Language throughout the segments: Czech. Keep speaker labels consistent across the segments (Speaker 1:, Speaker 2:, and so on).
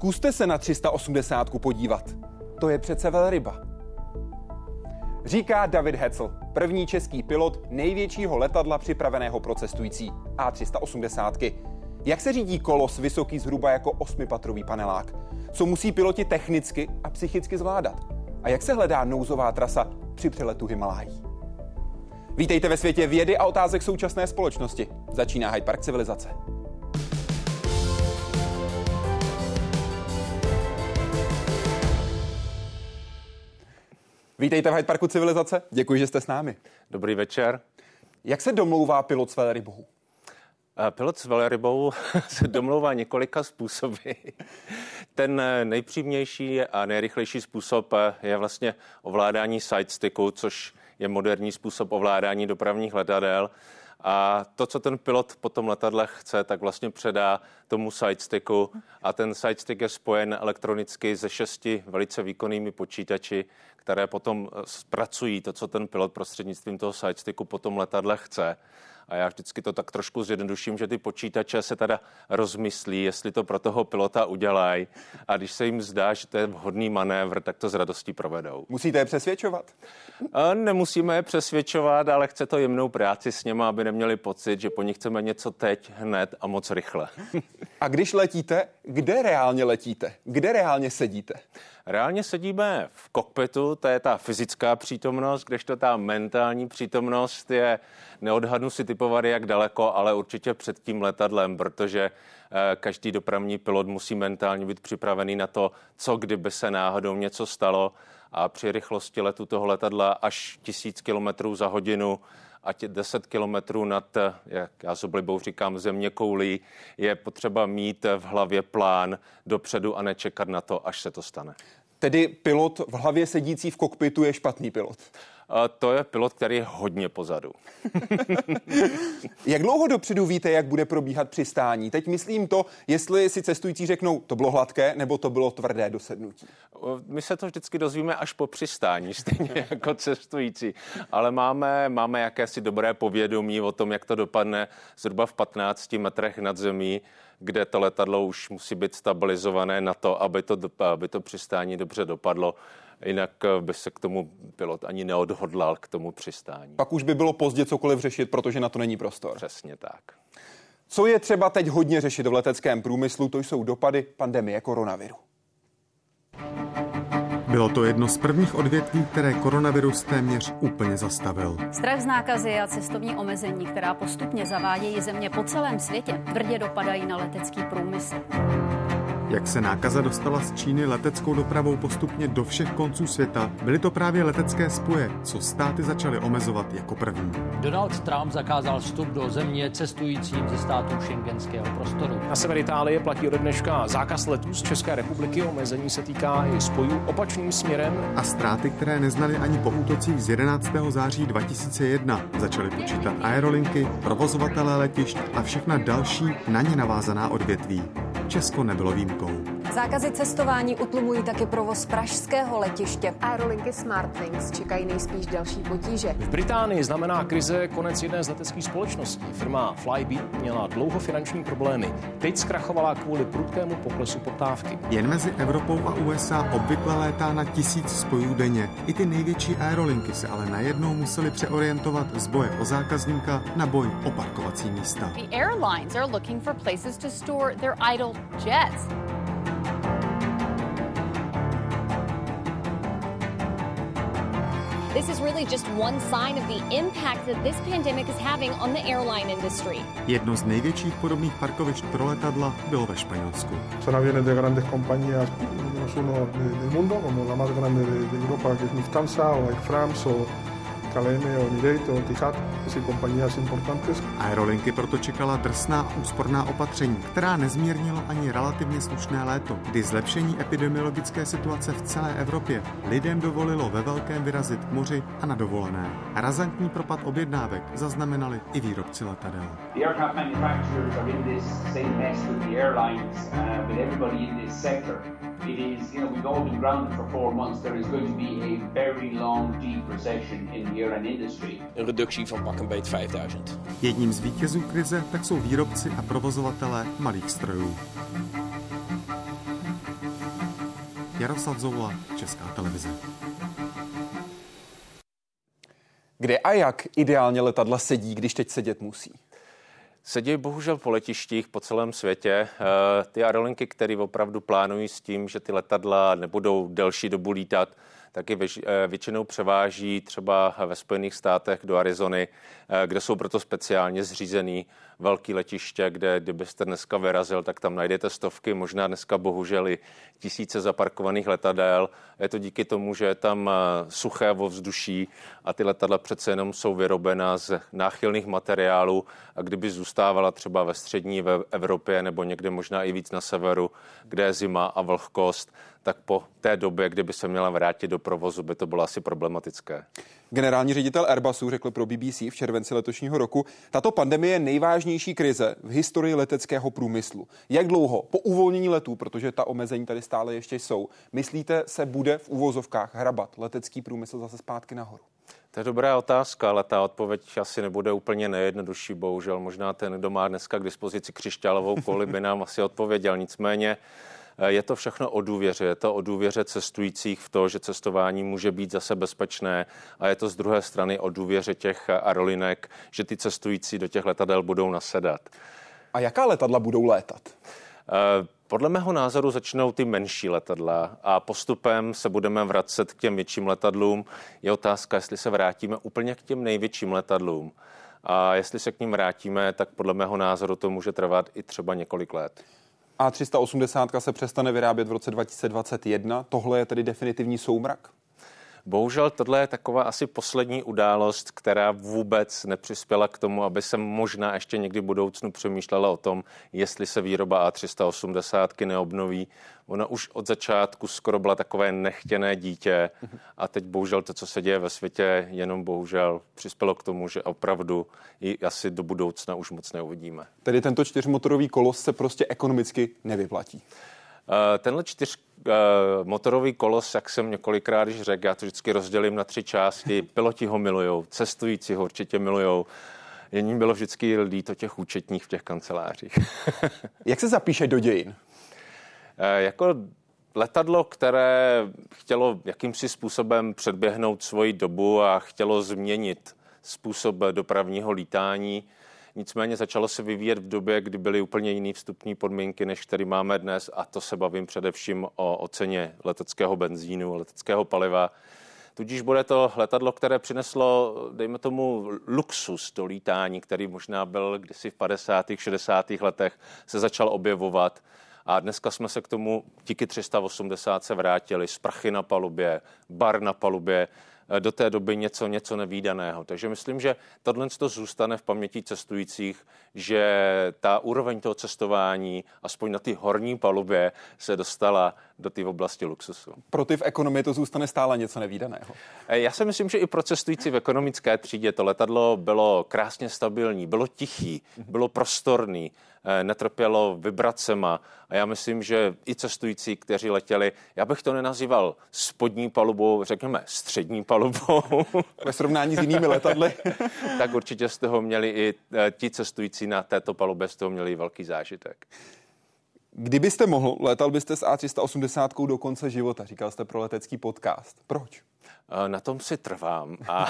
Speaker 1: Zkuste se na 380 podívat. To je přece velryba. Říká David Hetzel, první český pilot největšího letadla připraveného pro cestující A380. Jak se řídí kolos vysoký zhruba jako 8patrový panelák? Co musí piloti technicky a psychicky zvládat? A jak se hledá nouzová trasa při přeletu Himalájí? Vítejte ve světě vědy a otázek současné společnosti. Začíná Hyde Park civilizace. Vítejte v Hyde Parku civilizace. Děkuji, že jste s námi.
Speaker 2: Dobrý večer.
Speaker 1: Jak se domlouvá pilot s velrybou?
Speaker 2: Pilot s velrybou se domlouvá několika způsoby. Ten nejpřímější a nejrychlejší způsob je vlastně ovládání sidesticku, což je moderní způsob ovládání dopravních letadel. A to, co ten pilot po tom letadle chce, tak vlastně předá tomu sidesticku. A ten sidestick je spojen elektronicky se 6 velice výkonnými počítači, které potom zpracují to, co ten pilot prostřednictvím toho sidesticku po tom letadle chce. A já vždycky to tak trošku zjednoduším, že ty počítače se teda rozmyslí, jestli to pro toho pilota udělají. A když se jim zdá, že to je vhodný manévr, tak to s radostí provedou.
Speaker 1: Musíte je přesvědčovat?
Speaker 2: Nemusíme je přesvědčovat, ale chce to jemnou práci s něma, aby neměli pocit, že po nich chceme něco teď, hned a moc rychle.
Speaker 1: A když letíte, kde reálně letíte? Kde reálně sedíte?
Speaker 2: Reálně sedíme v kokpitu, to je ta fyzická přítomnost, kdežto ta mentální přítomnost je, neodhadnu si typovat jak daleko, ale určitě před tím letadlem, protože každý dopravní pilot musí mentálně být připravený na to, co kdyby se náhodou něco stalo, a při rychlosti letu toho letadla až 1000 km za hodinu a 10 kilometrů nad, jak já s oblibou říkám, zeměkoulí, je potřeba mít v hlavě plán dopředu a nečekat na to, až se to stane.
Speaker 1: Tedy pilot v hlavě sedící v kokpitu je špatný pilot?
Speaker 2: To je pilot, který je hodně pozadu.
Speaker 1: Jak dlouho dopředu víte, jak bude probíhat přistání? Teď myslím to, jestli si cestující řeknou, to bylo hladké, nebo to bylo tvrdé dosednutí.
Speaker 2: My se to vždycky dozvíme až po přistání, stejně jako cestující. Ale máme jakési dobré povědomí o tom, jak to dopadne zhruba v 15 metrech nad zemí, kde to letadlo už musí být stabilizované na to, aby to přistání dobře dopadlo. Jinak by se k tomu pilot ani neodhodlal k tomu přistání.
Speaker 1: Pak už by bylo pozdě cokoliv řešit, protože na to není prostor.
Speaker 2: Přesně tak.
Speaker 1: Co je třeba teď hodně řešit v leteckém průmyslu, to jsou dopady pandemie koronaviru.
Speaker 3: Bylo to jedno z prvních odvětví, které koronavirus téměř úplně zastavil.
Speaker 4: Strach z nákazy a cestovní omezení, která postupně zavádějí země po celém světě, tvrdě dopadají na letecký průmysl.
Speaker 3: Jak se nákaza dostala z Číny leteckou dopravou postupně do všech konců světa, byly to právě letecké spoje, co státy začaly omezovat jako první.
Speaker 5: Donald Trump zakázal vstup do země cestujícím ze států schengenského prostoru.
Speaker 6: Na sever Itálie platí ode dneška zákaz letů z České republiky, omezení se týká i spojů opačným směrem.
Speaker 3: A ztráty, které neznali ani po útocích z 11. září 2001, začaly počítat aerolinky, provozovatelé letišť a všechna další na ně navázaná odvětví. Česko nebylo výjimkou.
Speaker 7: Zákazy cestování utlumují taky provoz pražského letiště.
Speaker 8: Aerolinky SmartWings čekají nejspíš další potíže.
Speaker 6: V Británii znamená krize konec jedné z leteckých společností. Firma Flybe měla dlouho finanční problémy. Teď zkrachovala kvůli prudkému poklesu poptávky.
Speaker 3: Jen mezi Evropou a USA obvykle létá na 1000 spojů denně. I ty největší aerolinky se ale najednou musely přeorientovat z boje o zákazníka na boj o parkovací místa.
Speaker 9: The airlines are looking for places to store their idle jets.
Speaker 10: This is really just one sign of the impact that this pandemic is having on the airline industry.
Speaker 3: Jedno z největších podobných parkovišť pro letadla bylo ve Španělsku.
Speaker 11: Son aviones de grandes compañías, uno del mundo, como la más grande de Europa, que es Lufthansa o Air France o KLM o United o Etihad, asi compañías importantes.
Speaker 3: Aerolinky proto čekala drsná úsporná opatření, která nezmírnilo ani relativně slušné léto, kdy zlepšení epidemiologické situace v celé Evropě lidem dovolilo ve velkém vyrazit k moři a na dovolené. Razantní propad objednávek zaznamenali i výrobci letadel.
Speaker 12: The aircraft manufacturers are in this same mess with the airlines, with everybody in this sector. It is, we've all been grounded for 4 months. There is going to be a very long, deep recession in the airline industry.
Speaker 6: Een reductie van pak een beet 5000.
Speaker 3: Jedním z vítězů krize tak jsou výrobci a provozovatelé malých strojů. Jaroslav Zoula, Česká televize.
Speaker 1: Kde a jak ideálně letadla sedí, když teď sedět musí?
Speaker 2: Sedí bohužel po letištích po celém světě. Ty aerolinky, které opravdu plánují s tím, že ty letadla nebudou delší dobu lítat, taky většinou převáží třeba ve Spojených státech do Arizony, kde jsou proto speciálně zřízený velký letiště, kde kdybyste dneska vyrazil, tak tam najdete stovky, možná dneska bohužel i tisíce zaparkovaných letadel. Je to díky tomu, že je tam suché ovzduší a ty letadla přece jenom jsou vyrobena z náchylných materiálů a kdyby zůstávala třeba ve střední Evropě nebo někde možná i víc na severu, kde je zima a vlhkost, tak po té době, kdyby se měla vrátit do provozu, by to bylo asi problematické.
Speaker 1: Generální ředitel Airbusu řekl pro BBC v červenci letošního roku, tato pandemie je nejvážnější krize v historii leteckého průmyslu. Jak dlouho po uvolnění letů, protože ta omezení tady stále ještě jsou, myslíte, se bude v uvozovkách hrabat letecký průmysl zase zpátky nahoru?
Speaker 2: To je dobrá otázka, ale ta odpověď asi nebude úplně nejjednodušší, bohužel. Možná ten, kdo má dneska k dispozici křišťálovou kouli, by nám asi odpověděl. Nicméně je to všechno o důvěře. Je to o důvěře cestujících v to, že cestování může být zase bezpečné a je to z druhé strany o důvěře těch aerolinek, že ty cestující do těch letadel budou nasedat.
Speaker 1: A jaká letadla budou létat?
Speaker 2: Podle mého názoru začnou ty menší letadla a postupem se budeme vracet k těm větším letadlům. Je otázka, jestli se vrátíme úplně k těm největším letadlům. A jestli se k ním vrátíme, tak podle mého názoru to může trvat i třeba několik let.
Speaker 1: A380 se přestane vyrábět v roce 2021. Tohle je tedy definitivní soumrak?
Speaker 2: Bohužel tohle je taková asi poslední událost, která vůbec nepřispěla k tomu, aby se možná ještě někdy v budoucnu přemýšlela o tom, jestli se výroba A380 neobnoví. Ona už od začátku skoro byla takové nechtěné dítě a teď bohužel to, co se děje ve světě, jenom bohužel přispělo k tomu, že opravdu ji asi do budoucna už moc neuvidíme.
Speaker 1: Tedy tento čtyřmotorový kolos se prostě ekonomicky nevyplatí.
Speaker 2: Tenhle motorový kolos, jak jsem několikrát již řekl, já to vždycky rozdělím na 3 části. Piloti ho milujou, cestující ho určitě milujou. Jen bylo vždycky líto těch účetních v těch kancelářích.
Speaker 1: Jak se zapíše do dějin?
Speaker 2: Jako letadlo, které chtělo jakýmsi způsobem předběhnout svoji dobu a chtělo změnit způsob dopravního lítání. Nicméně začalo se vyvíjet v době, kdy byly úplně jiné vstupní podmínky, než který máme dnes, a to se bavím především o ceně leteckého benzínu, leteckého paliva. Tudíž bude to letadlo, které přineslo, dejme tomu, luxus do lítání, který možná byl kdysi v 50. 60. letech, se začal objevovat. A dneska jsme se k tomu díky 380 se vrátili, sprchy na palubě, bar na palubě, do té doby něco nevídaného. Takže myslím, že tohle to zůstane v paměti cestujících, že ta úroveň toho cestování, aspoň na ty horní palubě, se dostala do té oblasti luxusu.
Speaker 1: Pro ty v ekonomii to zůstane stále něco nevídaného.
Speaker 2: Já si myslím, že i pro cestující v ekonomické třídě to letadlo bylo krásně stabilní, bylo tichý, bylo prostorný, netrpělo vibracema a já myslím, že i cestující, kteří letěli, já bych to nenazýval spodní palubou, řekněme střední palubou.
Speaker 1: Ve srovnání s jinými letadly.
Speaker 2: Tak určitě z toho měli i ti cestující na této palubě, z toho měli velký zážitek.
Speaker 1: Kdybyste mohl, létal byste s A380 do konce života, říkal jste pro letecký podcast. Proč?
Speaker 2: Na tom si trvám. A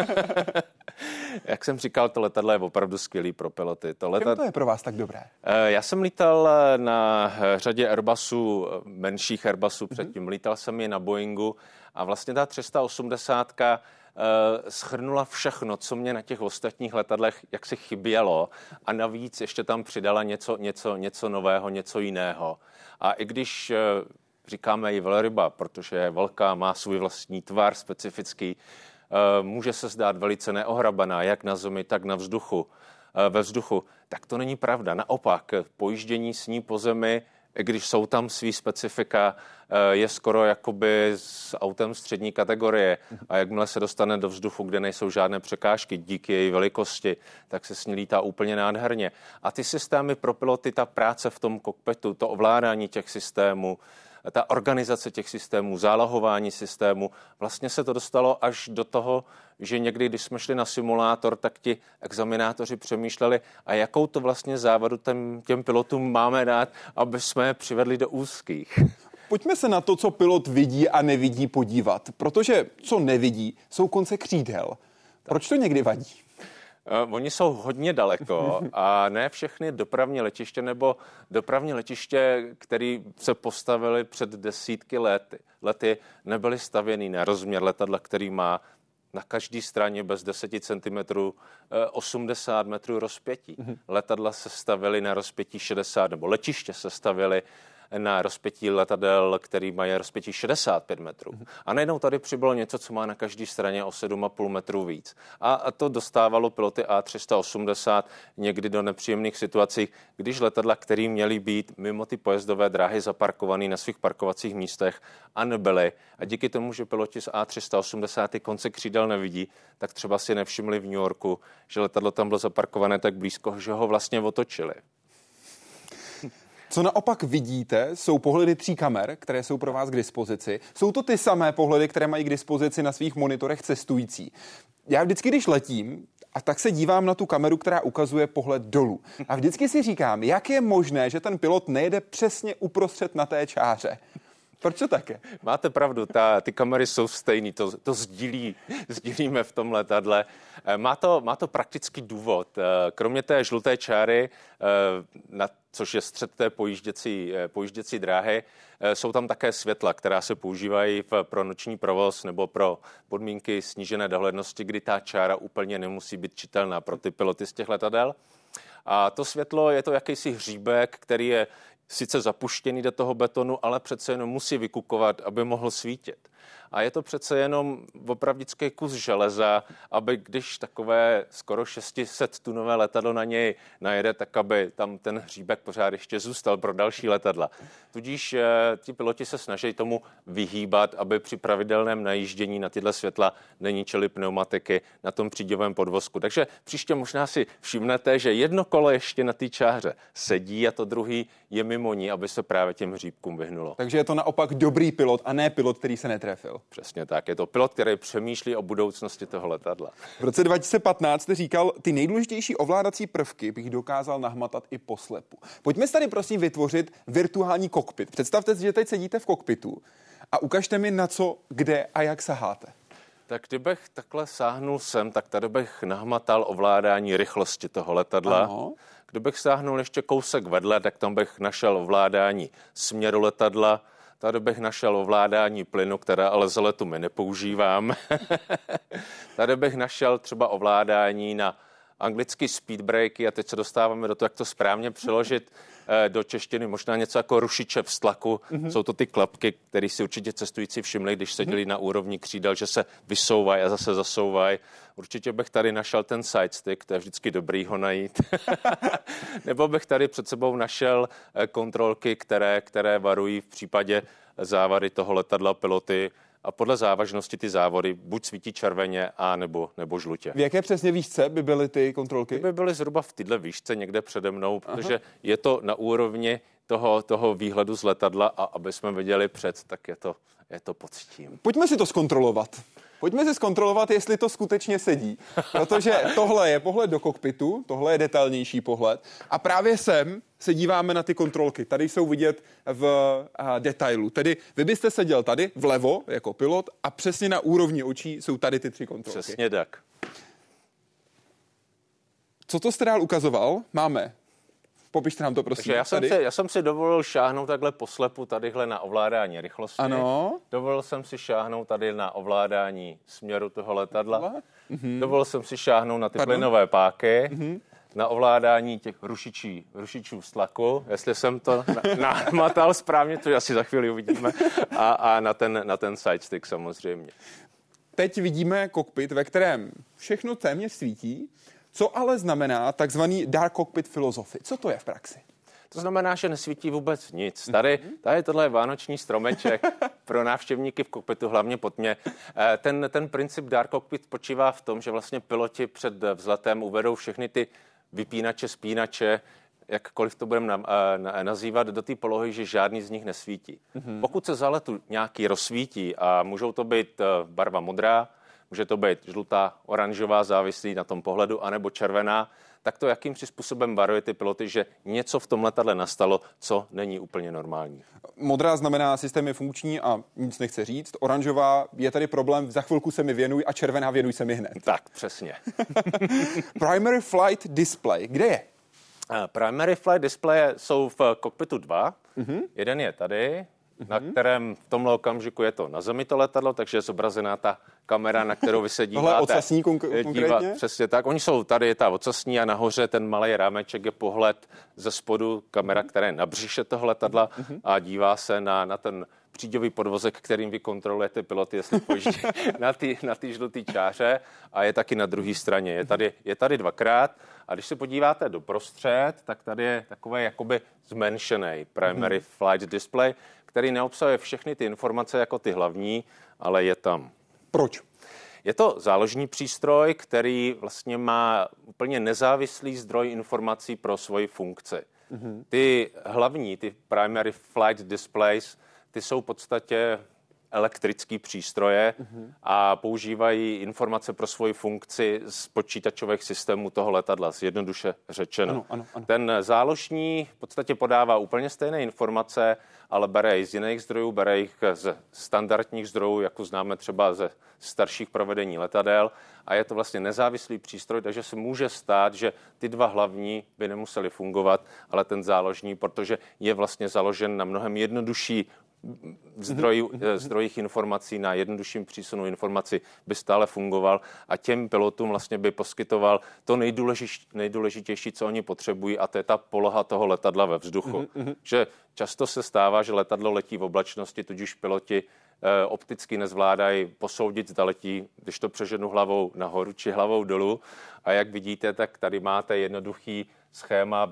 Speaker 2: jak jsem říkal, to letadlo je opravdu skvělý pro piloty.
Speaker 1: Čím to je pro vás tak dobré?
Speaker 2: Já jsem lítal na řadě Airbusů, menších Airbusů předtím. Lítal jsem je na Boeingu a vlastně ta 380 shrnula všechno, co mě na těch ostatních letadlech jaksi chybělo a navíc ještě tam přidala něco nového, něco jiného. A i když říkáme ji velryba, protože je velká, má svůj vlastní tvar specifický, může se zdát velice neohrabaná, jak na zemi, tak na vzduchu, ve vzduchu, tak to není pravda. Naopak, pojíždění s ní po zemi, když jsou tam svý specifika, je skoro jakoby s autem střední kategorie a jakmile se dostane do vzduchu, kde nejsou žádné překážky díky její velikosti, tak se s ní lítá úplně nádherně. A ty systémy pro piloty, ta práce v tom kokpitu, to ovládání těch systémů, ta organizace těch systémů, zálohování systému, vlastně se to dostalo až do toho, že někdy, když jsme šli na simulátor, tak ti examinátoři přemýšleli, a jakou to vlastně závadu těm pilotům máme dát, aby jsme je přivedli do úzkých.
Speaker 1: Pojďme se na to, co pilot vidí a nevidí, podívat, protože co nevidí, jsou konce křídel. Proč to někdy vadí?
Speaker 2: Oni jsou hodně daleko a ne všechny dopravní letiště nebo dopravní letiště, které se postavily před desítky lety, nebyly stavěny na rozměr letadla, který má na každé straně bez 10 cm 80 metrů rozpětí. Letadla se stavily na rozpětí 60, nebo letiště se stavily na rozpětí letadel, který mají rozpětí 65 metrů. A najednou tady přibylo něco, co má na každé straně o 7,5 metrů víc. A to dostávalo piloty A380 někdy do nepříjemných situací, když letadla, které měly být mimo ty pojezdové dráhy zaparkované na svých parkovacích místech a nebyly. A díky tomu, že piloti z A380 ty konce křídel nevidí, tak třeba si nevšimli v New Yorku, že letadlo tam bylo zaparkované tak blízko, že ho vlastně otočili.
Speaker 1: Co naopak vidíte, jsou pohledy 3 kamer, které jsou pro vás k dispozici. Jsou to ty samé pohledy, které mají k dispozici na svých monitorech cestující. Já vždycky, když letím, a tak se dívám na tu kameru, která ukazuje pohled dolů. A vždycky si říkám, jak je možné, že ten pilot nejede přesně uprostřed na té čáře. Proč to také?
Speaker 2: Máte pravdu, ty kamery jsou stejný, to sdílíme v tom letadle. Má to praktický důvod. Kromě té žluté čáry, což je střed té pojížděcí dráhy, jsou tam také světla, která se používají pro noční provoz nebo pro podmínky snížené dohlednosti, kdy ta čára úplně nemusí být čitelná pro ty piloty z těch letadel. A to světlo je to jakýsi hříbek, který je sice zapuštěný do toho betonu, ale přece jenom musí vykukovat, aby mohl svítit. A je to přece jenom opravdický kus železa, aby když takové skoro 600-tunové letadlo na něj najede, tak aby tam ten hříbek pořád ještě zůstal pro další letadla. Tudíž ti piloti se snaží tomu vyhýbat, aby při pravidelném najíždění na tyhle světla neníčely pneumatiky na tom příďovém podvozku. Takže příště možná si všimnete, že jedno kolo ještě na té čáře sedí a to druhý je mimo ní, aby se právě těm hříbkům vyhnulo.
Speaker 1: Takže je to naopak dobrý pilot a ne pilot, který se netrefil.
Speaker 2: Přesně tak. Je to pilot, který přemýšlí o budoucnosti toho letadla.
Speaker 1: V roce 2015 jste říkal, ty nejdůležitější ovládací prvky bych dokázal nahmatat i poslepu. Pojďme si tady prosím vytvořit virtuální kokpit. Představte si, že teď sedíte v kokpitu a ukažte mi, na co, kde a jak saháte.
Speaker 2: Tak kdybych takhle sáhnul sem, tak tady bych nahmatal ovládání rychlosti toho letadla. Ano. Kdybych sáhnul ještě kousek vedle, tak tam bych našel ovládání směru letadla. Tady bych našel ovládání plynu, které ale za letu my nepoužívám. Tady bych našel třeba ovládání na anglický speed breaky a teď se dostáváme do toho, jak to správně přeložit do češtiny, možná něco jako rušiče vztlaku. Jsou to ty klapky, které si určitě cestující všimli, když seděli na úrovni křídel, že se vysouvají a zase zasouvají. Určitě bych tady našel ten side stick, to je vždycky dobrý ho najít. Nebo bych tady před sebou našel kontrolky, které varují v případě závady toho letadla piloty. A podle závažnosti ty závody buď svítí červeně, a nebo žlutě.
Speaker 1: V jaké přesně výšce by byly ty kontrolky?
Speaker 2: Ty by byly zhruba v této výšce někde přede mnou, protože je to na úrovni toho výhledu z letadla a aby jsme viděli před, tak je to pod tím.
Speaker 1: Pojďme si to zkontrolovat. Pojďme si zkontrolovat, jestli to skutečně sedí. Protože tohle je pohled do kokpitu, tohle je detailnější pohled. A právě sem se díváme na ty kontrolky. Tady jsou vidět v detailu. Tedy vy byste seděl tady vlevo jako pilot a přesně na úrovni očí jsou tady ty 3 kontrolky.
Speaker 2: Přesně tak.
Speaker 1: Co to jste dál ukazoval? Máme. Popište nám to, prosím.
Speaker 2: Já jsem si dovolil šáhnout takhle poslepu tadyhle na ovládání rychlosti.
Speaker 1: Ano.
Speaker 2: Dovolil jsem si šáhnout tady na ovládání směru toho letadla. Dovolil jsem si šáhnout na ty plynové páky. Na ovládání těch rušičů vztlaku, jestli jsem to nahmatal správně, to asi za chvíli uvidíme, a na ten side stick samozřejmě.
Speaker 1: Teď vidíme kokpit, ve kterém všechno téměř svítí. Co ale znamená takzvaný dark cockpit philosophy? Co to je v praxi?
Speaker 2: To znamená, že nesvítí vůbec nic. Tady tohle je vánoční stromeček pro návštěvníky v kokpitu, hlavně pod mě. Ten princip dark cockpit počívá v tom, že vlastně piloti před vzletem uvedou všechny ty vypínače, spínače, jakkoliv to budeme nazývat, do té polohy, že žádný z nich nesvítí. Pokud se za letu nějaký rozsvítí a můžou to být barva modrá, může to být žlutá, oranžová, závislí na tom pohledu, anebo červená, tak to jakýmsi způsobem varuje ty piloty, že něco v tom letadle nastalo, co není úplně normální.
Speaker 1: Modrá znamená, systém je funkční a nic nechce říct. Oranžová je tady problém, za chvilku se mi věnuj, a červená věnuj se mi hned.
Speaker 2: Tak, přesně.
Speaker 1: Primary Flight Display, kde je?
Speaker 2: Primary Flight Display jsou v kokpitu 2. Jeden je tady, na kterém v tomhle okamžiku je to na zemi to letadlo, takže je zobrazená ta kamera, na kterou vy se díváte.
Speaker 1: Tohle ocasní konkrétně?
Speaker 2: Přesně tak. Oni jsou tady, je ta ocasní a nahoře ten malý rámeček je pohled ze spodu, kamera, která je na břiše toho letadla a dívá se na ten příďový podvozek, kterým vy kontrolujete piloty, jestli pojíždí na ty žlutý čáře, a je taky na druhé straně. Je tady dvakrát, a když se podíváte doprostřed, tak tady je takový jakoby zmenšený Primary Flight Display, který neobsahuje všechny ty informace jako ty hlavní, ale je tam.
Speaker 1: Proč?
Speaker 2: Je to záložní přístroj, který vlastně má úplně nezávislý zdroj informací pro svoji funkci. Ty hlavní, ty Primary Flight Displays, ty jsou v podstatě elektrické přístroje a používají informace pro svoji funkci z počítačových systémů toho letadla, zjednoduše řečeno.
Speaker 1: Ano.
Speaker 2: Ten záložní v podstatě podává úplně stejné informace, ale bere je z jiných zdrojů, bere jich ze standardních zdrojů, jako známe třeba ze starších provedení letadel, a je to vlastně nezávislý přístroj, takže se může stát, že ty dva hlavní by nemusely fungovat, ale ten záložní, protože je vlastně založen na mnohem jednodušší zdrojích informací, na jednodušším přísunu informací, by stále fungoval a těm pilotům vlastně by poskytoval to nejdůležitější, co oni potřebují, a to je ta poloha toho letadla ve vzduchu. Že často se stává, že letadlo letí v oblačnosti, tudíž piloti opticky nezvládají posoudit, zda letí, když to přeženu hlavou nahoru či hlavou dolů. A jak vidíte, tak tady máte jednoduchý schéma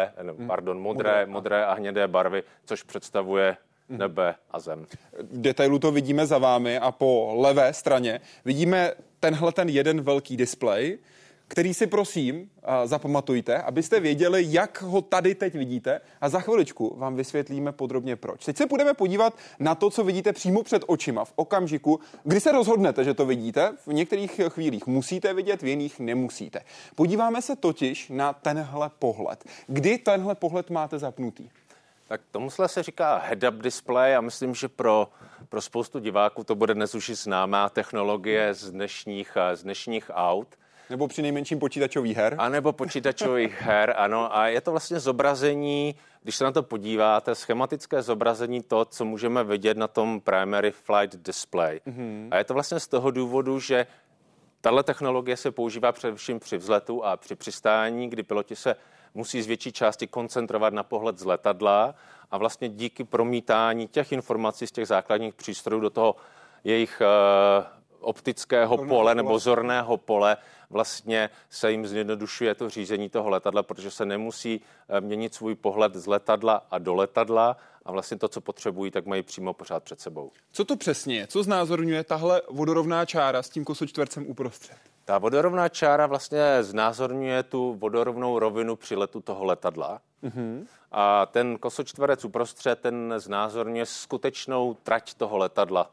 Speaker 2: modré a hnědé barvy, což představuje nebe a zem.
Speaker 1: V detailu to vidíme za vámi a po levé straně vidíme ten jeden velký displej, který si prosím zapamatujte, abyste věděli, jak ho tady teď vidíte, a za chviličku vám vysvětlíme podrobně proč. Teď se budeme podívat na to, co vidíte přímo před očima v okamžiku, kdy se rozhodnete, že to vidíte. V některých chvílích musíte vidět, v jiných nemusíte. Podíváme se totiž na tenhle pohled. Kdy tenhle pohled máte zapnutý?
Speaker 2: Tak tomu se říká head-up display a myslím, že pro spoustu diváků to bude dnes už známá technologie z dnešních aut.
Speaker 1: Nebo přinejmenším počítačových her.
Speaker 2: A nebo počítačových her, ano. A je to vlastně zobrazení, když se na to podíváte, schematické zobrazení to, co můžeme vidět na tom Primary Flight Display. A je to vlastně z toho důvodu, že tahle technologie se používá především při vzletu a při přistání, kdy piloti se musí z větší části koncentrovat na pohled z letadla a vlastně díky promítání těch informací z těch základních přístrojů do toho jejich optického pole nebo zorného pole vlastně se jim zjednodušuje to řízení toho letadla, protože se nemusí měnit svůj pohled z letadla a do letadla a vlastně to, co potřebují, tak mají přímo pořád před sebou.
Speaker 1: Co to přesně je? Co znázorňuje tahle vodorovná čára s tím kosočtvercem uprostřed?
Speaker 2: Ta vodorovná čára vlastně znázorňuje tu vodorovnou rovinu při letu toho letadla. A ten kosočtverec uprostřed, ten znázorňuje skutečnou trať toho letadla,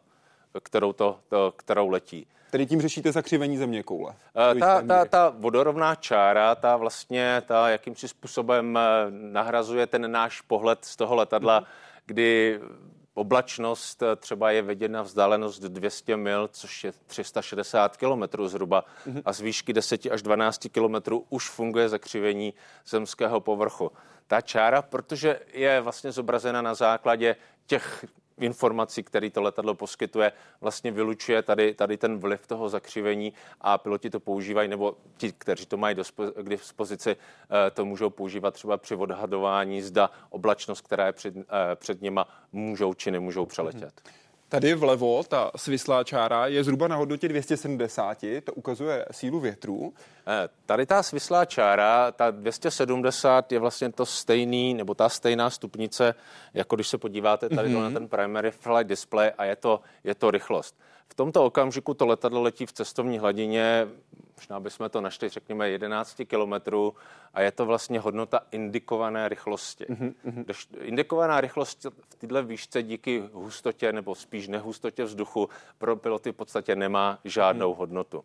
Speaker 2: kterou letí.
Speaker 1: Tedy tím řešíte zakřivení zeměkoule?
Speaker 2: Ta vodorovná čára, ta jakýmsi způsobem nahrazuje ten náš pohled z toho letadla, kdy oblačnost třeba je vidět na vzdálenost 200 mil, což je 360 km zhruba, a z výšky 10 až 12 km už funguje zakřivení zemského povrchu. Ta čára, protože je vlastně zobrazena na základě těch informací, který to letadlo poskytuje, vlastně vylučuje tady ten vliv toho zakřivení a piloti to používají, nebo ti, kteří to mají k dispozici, to můžou používat třeba při odhadování, zda oblačnost, která je před nima, můžou či nemůžou přeletět.
Speaker 1: Tady vlevo, ta svislá čára je zhruba na hodnotě 270, to ukazuje sílu větru.
Speaker 2: Tady ta svislá čára, ta 270 je vlastně to stejný, nebo ta stejná stupnice, jako když se podíváte tady na ten Primary Flight Display, a je to rychlost. V tomto okamžiku to letadlo letí v cestovní hladině, možná bychom to našli, řekněme, 11 kilometrů, a je to vlastně hodnota indikované rychlosti. Indikovaná rychlost v této výšce díky hustotě nebo spíš nehustotě vzduchu pro piloty v podstatě nemá žádnou hodnotu.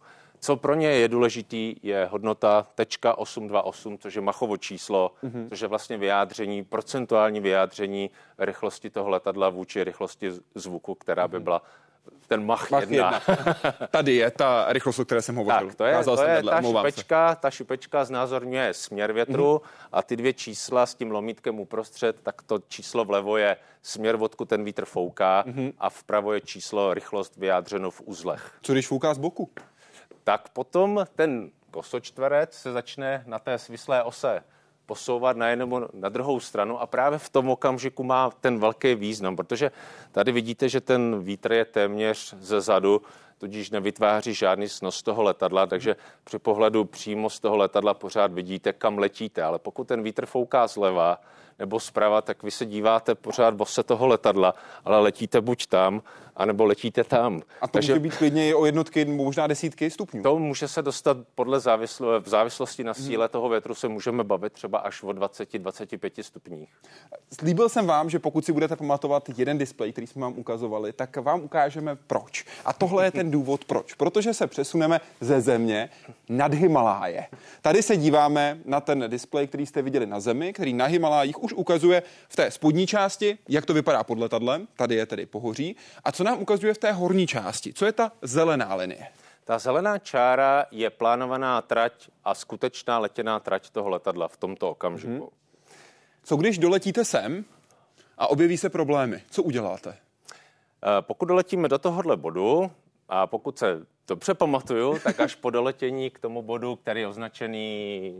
Speaker 2: Co pro ně je důležitý, je hodnota .828, což je Machovo číslo, což je vlastně vyjádření, procentuální vyjádření rychlosti toho letadla vůči rychlosti zvuku, která by byla ten Mach 1.
Speaker 1: Tady je ta rychlost, o které jsem hovořil.
Speaker 2: Tak, to je ta šipečka znázorňuje směr větru a ty dvě čísla s tím lomítkem uprostřed, tak to číslo vlevo je směr, odkud ten vítr fouká a vpravo je číslo rychlost vyjádřeno v uzlech.
Speaker 1: Co když fouká z boku?
Speaker 2: Tak potom ten kosočtverec se začne na té svislé ose posouvat na jednu na druhou stranu a právě v tom okamžiku má ten velký význam, protože tady vidíte, že ten vítr je téměř ze zadu, tudíž nevytváří žádný snos toho letadla, takže při pohledu přímo z toho letadla pořád vidíte, kam letíte, ale pokud ten vítr fouká zleva nebo zprava, tak vy se díváte pořád v ose toho letadla, ale letíte buď tam, anebo letíte tam.
Speaker 1: A to může být klidně i o jednotky, možná desítky stupňů.
Speaker 2: To může se dostat v závislosti na síle toho větru se můžeme bavit třeba až o 20-25 stupních.
Speaker 1: Slíbil jsem vám, že pokud si budete pamatovat jeden displej, který jsme vám ukazovali, tak vám ukážeme proč. A tohle je ten důvod proč. Protože se přesuneme ze země nad Himaláje. Tady se díváme na ten displej, který jste viděli na zemi, který na Himalájích už ukazuje v té spodní části, jak to vypadá pod letadlem. Tady je tedy pohoří. A co nám ukazuje v té horní části? Co je ta zelená linie?
Speaker 2: Ta zelená čára je plánovaná trať a skutečná letěná trať toho letadla v tomto okamžiku.
Speaker 1: Co když doletíte sem a objeví se problémy? Co uděláte?
Speaker 2: Pokud doletíme do tohohle bodu a pokud se dobře pamatuju, tak až po doletění k tomu bodu, který je označený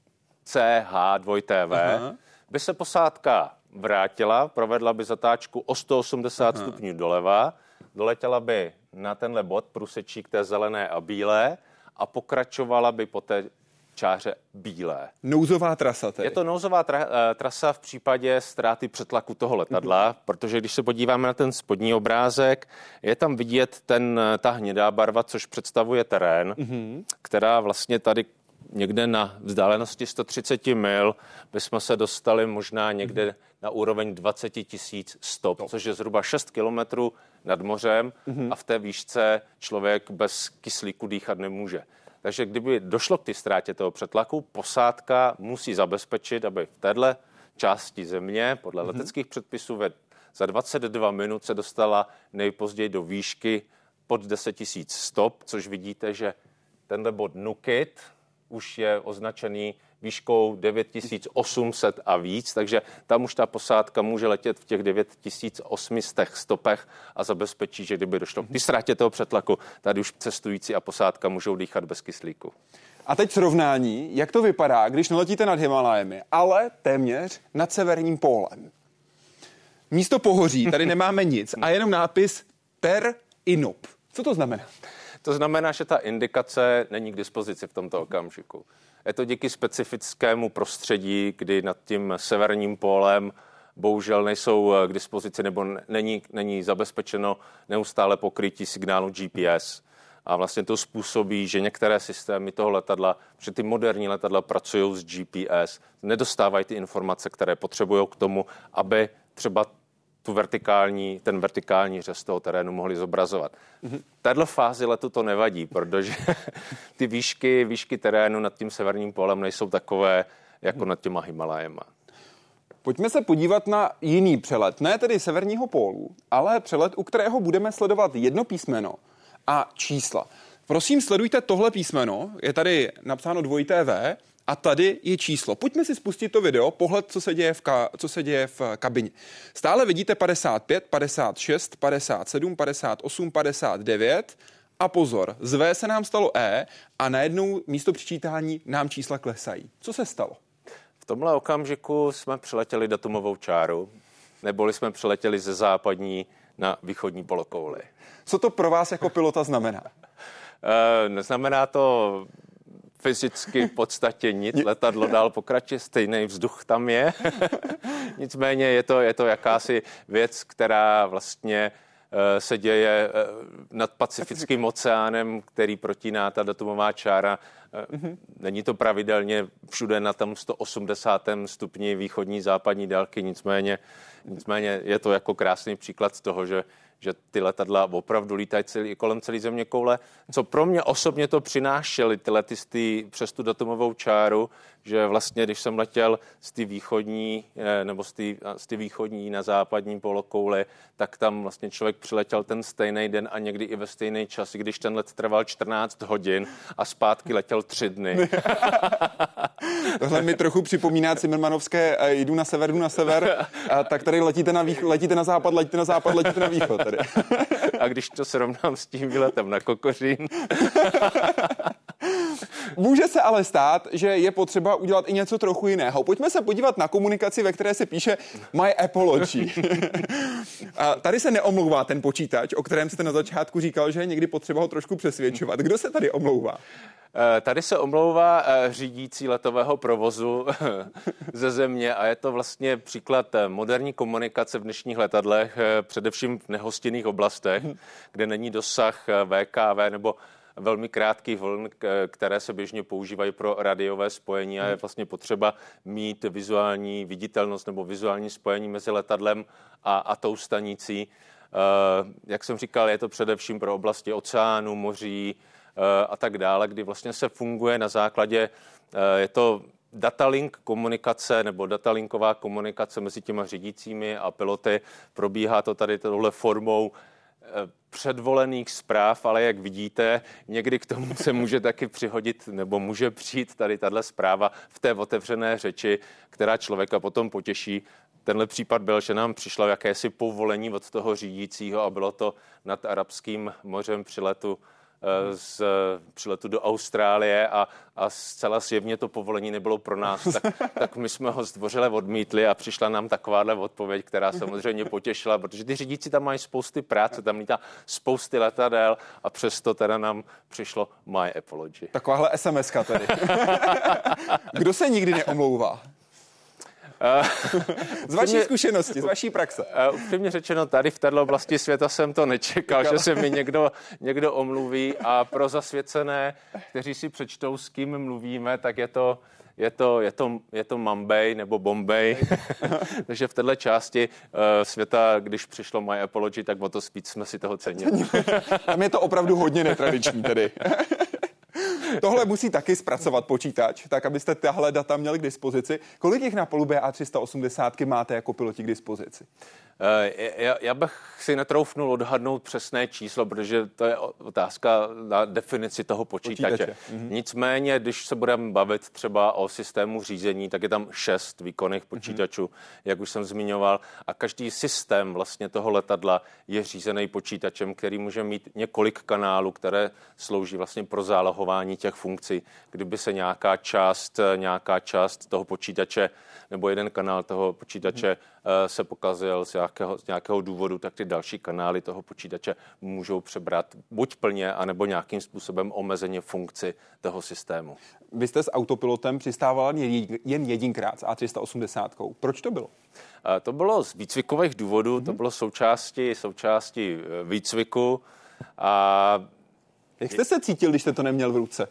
Speaker 2: CH2TV, by se posádka vrátila, provedla by zatáčku o 180 stupňů doleva, doletěla by na tenhle bod průsečík té zelené a bílé a pokračovala by po té čáře bílé.
Speaker 1: Nouzová trasa tedy.
Speaker 2: Je to nouzová trasa v případě ztráty přetlaku toho letadla, protože když se podíváme na ten spodní obrázek, je tam vidět ta hnědá barva, což představuje terén, která vlastně tady někde na vzdálenosti 130 mil bychom se dostali možná někde na úroveň 20 000 stop, což je zhruba 6 kilometrů nad mořem a v té výšce člověk bez kyslíku dýchat nemůže. Takže kdyby došlo k té ztrátě toho přetlaku, posádka musí zabezpečit, aby v téhle části země podle leteckých předpisů za 22 minut se dostala nejpozději do výšky pod 10 000 stop, což vidíte, že tenhle bod Nukit už je označený výškou 9800 a víc, takže tam už ta posádka může letět v těch 9800 stopech a zabezpečí, že kdyby došlo k ztrátě toho přetlaku, tady už cestující a posádka můžou dýchat bez kyslíku.
Speaker 1: A teď srovnání, jak to vypadá, když neletíte nad Himalájemi, ale téměř nad severním pólem. Místo pohoří, tady nemáme nic a jenom nápis Per Inup. Co to znamená?
Speaker 2: To znamená, že ta indikace není k dispozici v tomto okamžiku. Je to díky specifickému prostředí, kdy nad tím severním pólem bohužel nejsou k dispozici nebo není zabezpečeno neustále pokrytí signálu GPS. A vlastně to způsobí, že některé systémy toho letadla, protože ty moderní letadla pracují s GPS, nedostávají ty informace, které potřebují k tomu, aby třeba ten vertikální řez toho terénu mohli zobrazovat. V této fázi letu to nevadí, protože ty výšky terénu nad tím severním pólem nejsou takové, jako nad těma Himalajema.
Speaker 1: Pojďme se podívat na jiný přelet, ne tedy severního pólu, ale přelet, u kterého budeme sledovat jedno písmeno a čísla. Prosím, sledujte tohle písmeno, je tady napsáno 2V a tady je číslo. Pojďme si spustit to video, pohled, co se děje v kabině. Stále vidíte 55, 56, 57, 58, 59 a pozor, z V se nám stalo E a najednou místo přičítání nám čísla klesají. Co se stalo?
Speaker 2: V tomhle okamžiku jsme přeletěli datumovou čáru, neboli jsme přeletěli ze západní na východní polokouli.
Speaker 1: Co to pro vás jako pilota znamená?
Speaker 2: Neznamená to fyzicky v podstatě nic, letadlo dál pokračuje, stejný vzduch tam je. Nicméně je to jakási věc, která vlastně se děje nad Pacifickým oceánem, který protíná ta datumová čára. Není to pravidelně všude na tom 180. stupni východní západní délky, nicméně je to jako krásný příklad z toho, že že ty letadla opravdu lítají kolem celé zeměkoule. Co pro mě osobně to přinášely ty lety přes tu datumovou čáru, že vlastně, když jsem letěl z té východní nebo z té východní na západní polokouli, tak tam vlastně člověk přiletěl ten stejný den a někdy i ve stejný čas, i když ten let trval 14 hodin a zpátky letěl 3 dny.
Speaker 1: Tohle mi trochu připomíná Cimrmanovské jdu na sever, a tak tady letíte na západ, letíte na východ. Tady.
Speaker 2: A když to srovnám s tím výletem na Kokořín.
Speaker 1: Může se ale stát, že je potřeba udělat i něco trochu jiného. Pojďme se podívat na komunikaci, ve které se píše My Apology. A tady se neomlouvá ten počítač, o kterém jste na začátku říkal, že je někdy potřeba ho trošku přesvědčovat. Kdo se tady omlouvá?
Speaker 2: Tady se omlouvá řídící letového provozu ze země a je to vlastně příklad moderní komunikace v dnešních letadlech, především v nehostinných oblastech, kde není dosah VKV nebo velmi krátkých vln, které se běžně používají pro radiové spojení a je vlastně potřeba mít vizuální viditelnost nebo vizuální spojení mezi letadlem a tou stanicí. Jak jsem říkal, je to především pro oblasti oceánu, moří a tak dále, kdy vlastně se funguje na základě, je to datalink komunikace nebo datalinková komunikace mezi těma řídícími a piloty. Probíhá to tady touhle formou předvolených zpráv, ale jak vidíte, někdy k tomu se může taky přihodit nebo může přijít tady tahle zpráva v té otevřené řeči, která člověka potom potěší. Tenhle případ byl, že nám přišlo jakési povolení od toho řídícího a bylo to nad Arabským mořem při letu do Austrálie a zcela zjevně to povolení nebylo pro nás, tak my jsme ho zdvořile odmítli a přišla nám takováhle odpověď, která samozřejmě potěšila, protože ty řídíci tam mají spousty práce, tam lítá spousty letadel a přesto teda nám přišlo My Apology.
Speaker 1: Takováhle SMS-ka tady. Kdo se nikdy neomlouvá? Z vaší zkušenosti, z vaší praxe.
Speaker 2: Upřímně řečeno, tady v této oblasti světa jsem to nečekal, že se mi někdo omluví a pro zasvěcené, kteří si přečtou, s kým mluvíme, tak je to Mumbai nebo Bombay. Takže v této části světa, když přišlo My Apology, tak o to víc jsme si toho cenili.
Speaker 1: Tam je to opravdu hodně netradiční tedy. Tohle musí taky zpracovat počítač, tak abyste tahle data měli k dispozici. Kolik jich na palubě A380 máte jako piloti k dispozici?
Speaker 2: Já bych si netroufnul odhadnout přesné číslo, protože to je otázka na definici toho počítače. Nicméně, když se budeme bavit třeba o systému řízení, tak je tam 6 výkonných počítačů, jak už jsem zmiňoval, a každý systém vlastně toho letadla je řízený počítačem, který může mít několik kanálů, které slouží vlastně pro zálohování těch funkcí. Kdyby se nějaká část toho počítače nebo jeden kanál toho počítače se pokazil z nějakého důvodu, tak ty další kanály toho počítače můžou přebrat buď plně, anebo nějakým způsobem omezeně funkci toho systému.
Speaker 1: Vy jste s autopilotem přistával jen jedinkrát s A380. Proč to bylo?
Speaker 2: To bylo z výcvikových důvodů, to bylo součástí výcviku.
Speaker 1: Jak jste se cítil, když jste to neměl v ruce?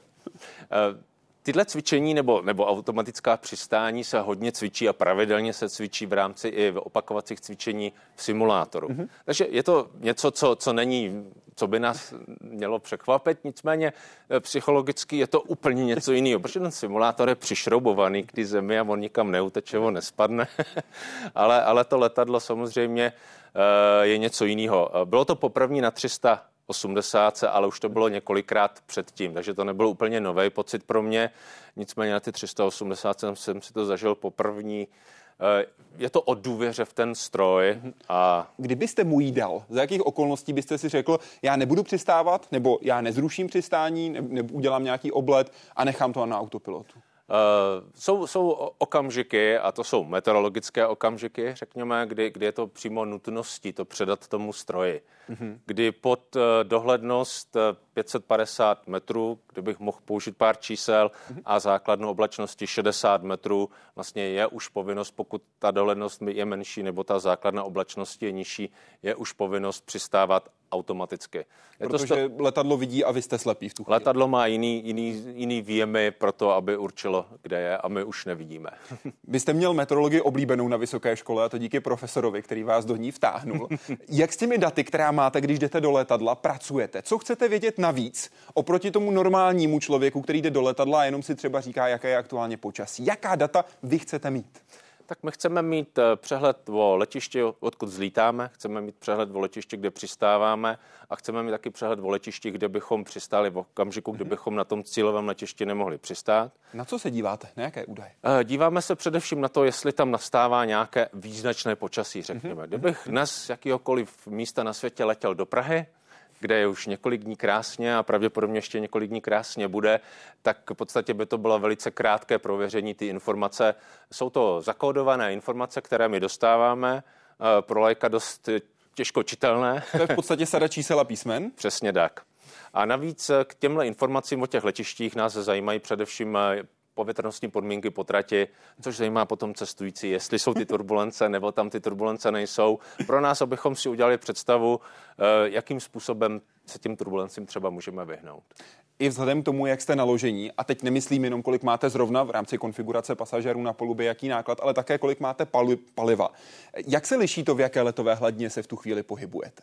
Speaker 2: Tyhle cvičení nebo automatická přistání se hodně cvičí a pravidelně se cvičí v rámci i opakovacích cvičení v simulátoru. Takže je to něco, co by nás mělo překvapit, nicméně psychologicky je to úplně něco jiného, protože ten simulátor je přišroubovaný k té zemi a on nikam neuteče, on nespadne, ale to letadlo samozřejmě je něco jiného. Bylo to poprvé na 380, ale už to bylo několikrát předtím, takže to nebyl úplně nový pocit pro mě. Nicméně na ty 380 jsem si to zažil poprvní. Je to o důvěře v ten stroj.
Speaker 1: Kdybyste mu jí dal, za jakých okolností byste si řekl, já nebudu přistávat, nebo já nezruším přistání, nebo udělám nějaký oblet a nechám to na autopilotu?
Speaker 2: Jsou okamžiky, a to jsou meteorologické okamžiky, řekněme, kdy je to přímo nutností to předat tomu stroji. Kdy pod dohlednost 550 metrů, kdybych mohl použít pár čísel, a základnu oblačnosti 60 metrů, vlastně je už povinnost, pokud ta dohlednost je menší nebo ta základna oblačnosti je nižší, je už povinnost přistávat automaticky.
Speaker 1: Protože letadlo vidí a vy jste slepí v tu chvíli.
Speaker 2: Letadlo má jiný výjemy pro to, aby určilo, kde je, a my už nevidíme.
Speaker 1: Vy jste měl meteorologii oblíbenou na vysoké škole, a to díky profesorovi, který vás do ní vtáhnul. Jak s těmi daty, která máte, když jdete do letadla, pracujete? Co chcete vědět navíc oproti tomu normálnímu člověku, který jde do letadla a jenom si třeba říká, jaké je aktuálně počasí? Jaká data vy chcete mít?
Speaker 2: Tak my chceme mít přehled o letišti, odkud zlítáme, chceme mít přehled o letišti, kde přistáváme, a chceme mít taky přehled o letišti, kde bychom přistáli v okamžiku, kdy bychom na tom cílovém letišti nemohli přistát.
Speaker 1: Na co se díváte? Na jaké údaje?
Speaker 2: Díváme se především na to, jestli tam nastává nějaké význačné počasí, řekněme. Kdybych dnes z jakýhokoliv místa na světě letěl do Prahy, kde je už několik dní krásně a pravděpodobně ještě několik dní krásně bude, tak v podstatě by to bylo velice krátké prověření ty informace. Jsou to zakódované informace, které my dostáváme, pro laika dost těžko čitelné.
Speaker 1: To je v podstatě sada čísel a písmen?
Speaker 2: Přesně tak. A navíc k těmhle informacím o těch letištích nás zajímají především povětrnostní podmínky po trati, což zajímá potom cestující, jestli jsou ty turbulence nebo tam ty turbulence nejsou. Pro nás, abychom si udělali představu, jakým způsobem se tím turbulencím třeba můžeme vyhnout.
Speaker 1: I vzhledem k tomu, jak jste naložení, a teď nemyslím jenom, kolik máte zrovna v rámci konfigurace pasažérů na palubě, jaký náklad, ale také kolik máte paliva. Jak se liší to, v jaké letové hladině se v tu chvíli pohybujete?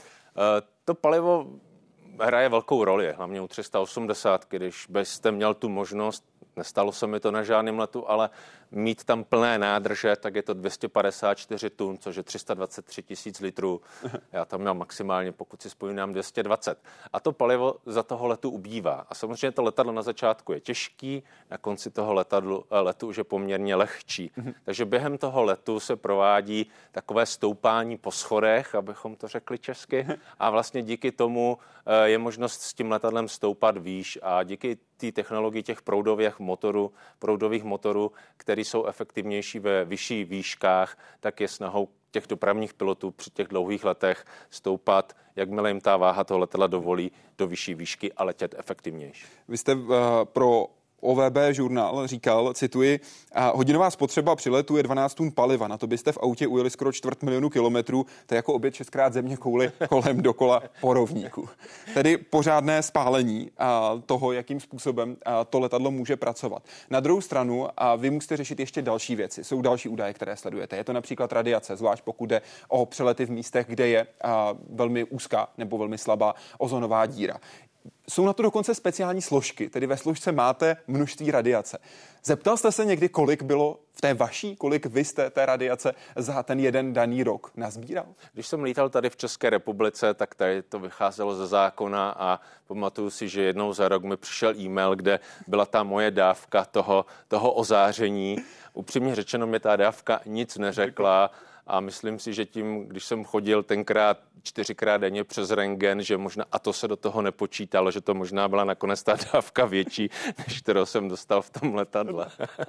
Speaker 2: To palivo hraje velkou roli, hlavně u 380, když byste měl tu možnost, nestalo se mi to na žádném letu, ale mít tam plné nádrže, tak je to 254 tun, což je 323 000 litrů. Já tam měl maximálně, pokud si vzpomínám, 220. A to palivo za toho letu ubývá. A samozřejmě to letadlo na začátku je těžký, na konci toho letu už je poměrně lehčí. Takže během toho letu se provádí takové stoupání po schodech, abychom to řekli česky. A vlastně díky tomu je možnost s tím letadlem stoupat výš, a díky té technologii těch proudových motorů, které jsou efektivnější ve vyšších výškách, tak je snahou těch dopravních pilotů při těch dlouhých letech stoupat, jakmile jim ta váha toho letadla dovolí, do vyšší výšky a letět efektivnější.
Speaker 1: Vy jste pro OVB žurnál říkal, cituji, hodinová spotřeba při letu je 12 tun paliva, na to byste v autě ujeli skoro 250 000 kilometrů, to je jako obět 6krát země kouli kolem dokola po rovníku. Tedy pořádné spálení toho, jakým způsobem to letadlo může pracovat. Na druhou stranu vy musíte řešit ještě další věci, jsou další údaje, které sledujete. Je to například radiace, zvlášť pokud jde o přelety v místech, kde je velmi úzká nebo velmi slabá ozonová díra. Jsou na to dokonce speciální složky, tedy ve složce máte množství radiace. Zeptal jste se někdy, kolik bylo v té vaší, kolik vy jste té radiace za ten jeden daný rok nazbíral? Když jsem lítal tady v České republice, tak tady to vycházelo ze zákona a pamatuju si, že jednou za rok mi přišel e-mail, kde byla ta moje dávka toho ozáření. Upřímně řečeno, mi ta dávka nic neřekla. A myslím si, že tím, když jsem chodil tenkrát 4krát denně přes rentgen, že možná, a to se do toho nepočítalo, že to možná byla nakonec ta dávka větší, než kterou jsem dostal v tom letadle.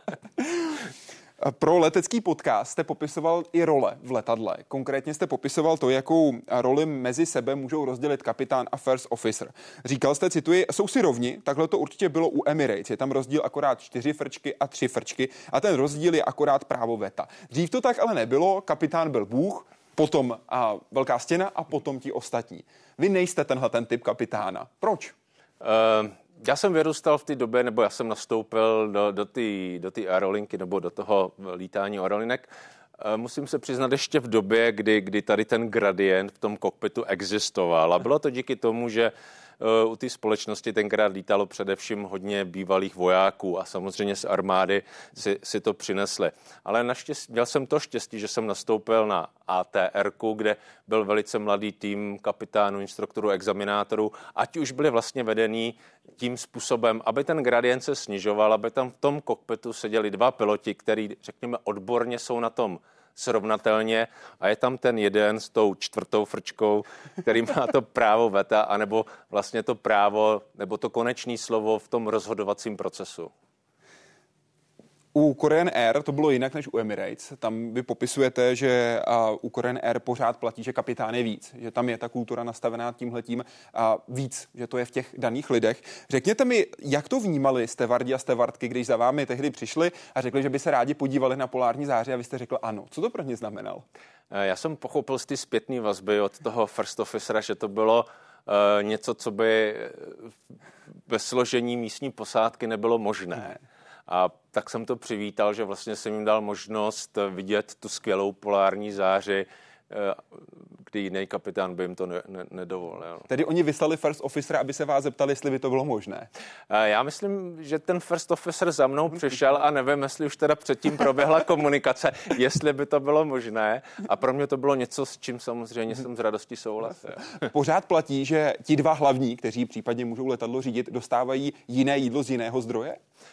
Speaker 1: Pro letecký podcast jste popisoval i role v letadle. Konkrétně jste popisoval to, jakou roli mezi sebe můžou rozdělit kapitán a first officer. Říkal jste, cituji, jsou si rovni, takhle to určitě bylo u Emirates. Je tam rozdíl akorát 4 frčky a 3 frčky a ten rozdíl je akorát právo veta. Dřív to tak ale nebylo, kapitán byl Bůh, potom velká stěna a potom ti ostatní. Vy nejste tenhle ten typ kapitána. Proč?
Speaker 2: Já jsem vyrůstal v té době, nebo já jsem nastoupil do té aerolinky nebo do toho lítání aerolinek. Musím se přiznat ještě v době, kdy tady ten gradient v tom kokpitu existoval. A bylo to díky tomu, že u té společnosti tenkrát lítalo především hodně bývalých vojáků a samozřejmě z armády si to přinesli. Ale měl jsem to štěstí, že jsem nastoupil na ATR-ku, kde byl velice mladý tým kapitánů, instruktorů, examinátorů, ať už byli vlastně vedení tím způsobem, aby ten gradient se snižoval, aby tam v tom kokpitu seděli 2 piloti, který, řekněme, odborně jsou na tom srovnatelně a je tam ten jeden s tou 4. frčkou, který má to právo veta, anebo vlastně to právo, nebo to konečné slovo v tom rozhodovacím procesu.
Speaker 1: U Korean Air to bylo jinak než u Emirates. Tam vy popisujete, že u Korean Air pořád platí, že kapitán je víc, že tam je ta kultura nastavená tímhletím víc, že to je v těch daných lidech. Řekněte mi, jak to vnímali stevardi a stevardky, když za vámi tehdy přišli a řekli, že by se rádi podívali na polární záře a vy jste řekl ano. Co to pro ně znamenalo?
Speaker 2: Já jsem pochopil z ty zpětné vazby od toho first officera, že to bylo něco, co by bez složení místní posádky nebylo možné. A tak jsem to přivítal, že vlastně jsem jim dal možnost vidět tu skvělou polární záři, kdy jiný kapitán by jim to nedovolil.
Speaker 1: Tedy oni vyslali first officera, aby se vás zeptali, jestli by to bylo možné?
Speaker 2: Já myslím, že ten first officer za mnou přišel a nevím, jestli už teda předtím proběhla komunikace, jestli by to bylo možné. A pro mě to bylo něco, s čím samozřejmě jsem z radostí souhlasil.
Speaker 1: Pořád platí, že ti dva hlavní, kteří případně můžou letadlo řídit, dostávají jiné jídlo z jiného zdroje?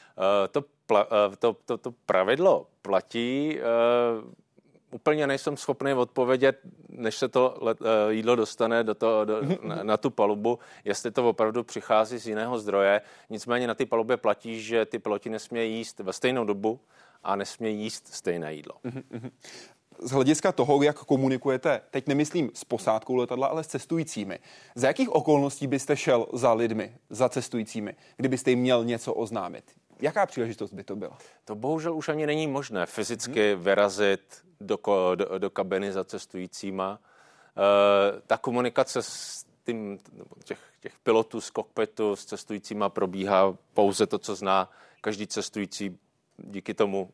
Speaker 2: To pravidlo platí. Úplně nejsem schopný odpovědět, než se to jídlo dostane na tu palubu, jestli to opravdu přichází z jiného zdroje. Nicméně na té palubě platí, že ty piloti nesmějí jíst ve stejnou dobu a nesmějí jíst stejné jídlo.
Speaker 1: Z hlediska toho, jak komunikujete, teď nemyslím s posádkou letadla, ale s cestujícími. Za jakých okolností byste šel za lidmi, za cestujícími, kdybyste jim měl něco oznámit? Jaká příležitost by to byla?
Speaker 2: To bohužel už ani není možné fyzicky vyrazit do kabiny za cestujícíma. Ta komunikace s těch pilotů z kokpitu s cestujícíma probíhá pouze to, co zná každý cestující díky tomu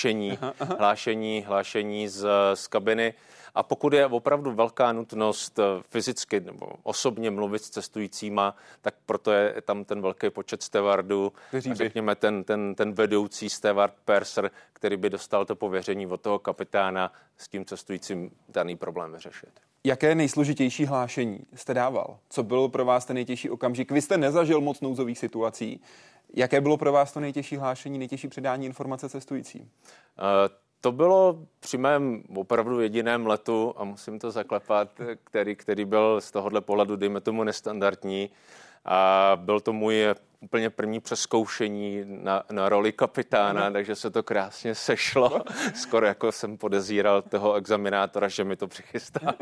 Speaker 2: hlášení z kabiny. A pokud je opravdu velká nutnost fyzicky nebo osobně mluvit s cestujícíma, tak proto je tam ten velký počet stevardů, řekněme ten vedoucí stevard purser, který by dostal to pověření od toho kapitána s tím cestujícím daný problém vyřešit.
Speaker 1: Jaké nejsložitější hlášení jste dával? Co byl pro vás ten nejtěžší okamžik? Vy jste nezažil moc nouzových situací. Jaké bylo pro vás to nejtěžší hlášení, nejtěžší předání informace cestujícím?
Speaker 2: To bylo při mém opravdu jediném letu, a musím to zaklepat, který byl z tohohle pohledu, dejme tomu, nestandardní. A byl to můj úplně první přezkoušení na roli kapitána, takže se to krásně sešlo. Skoro jako jsem podezíral toho examinátora, že mi to přichystá.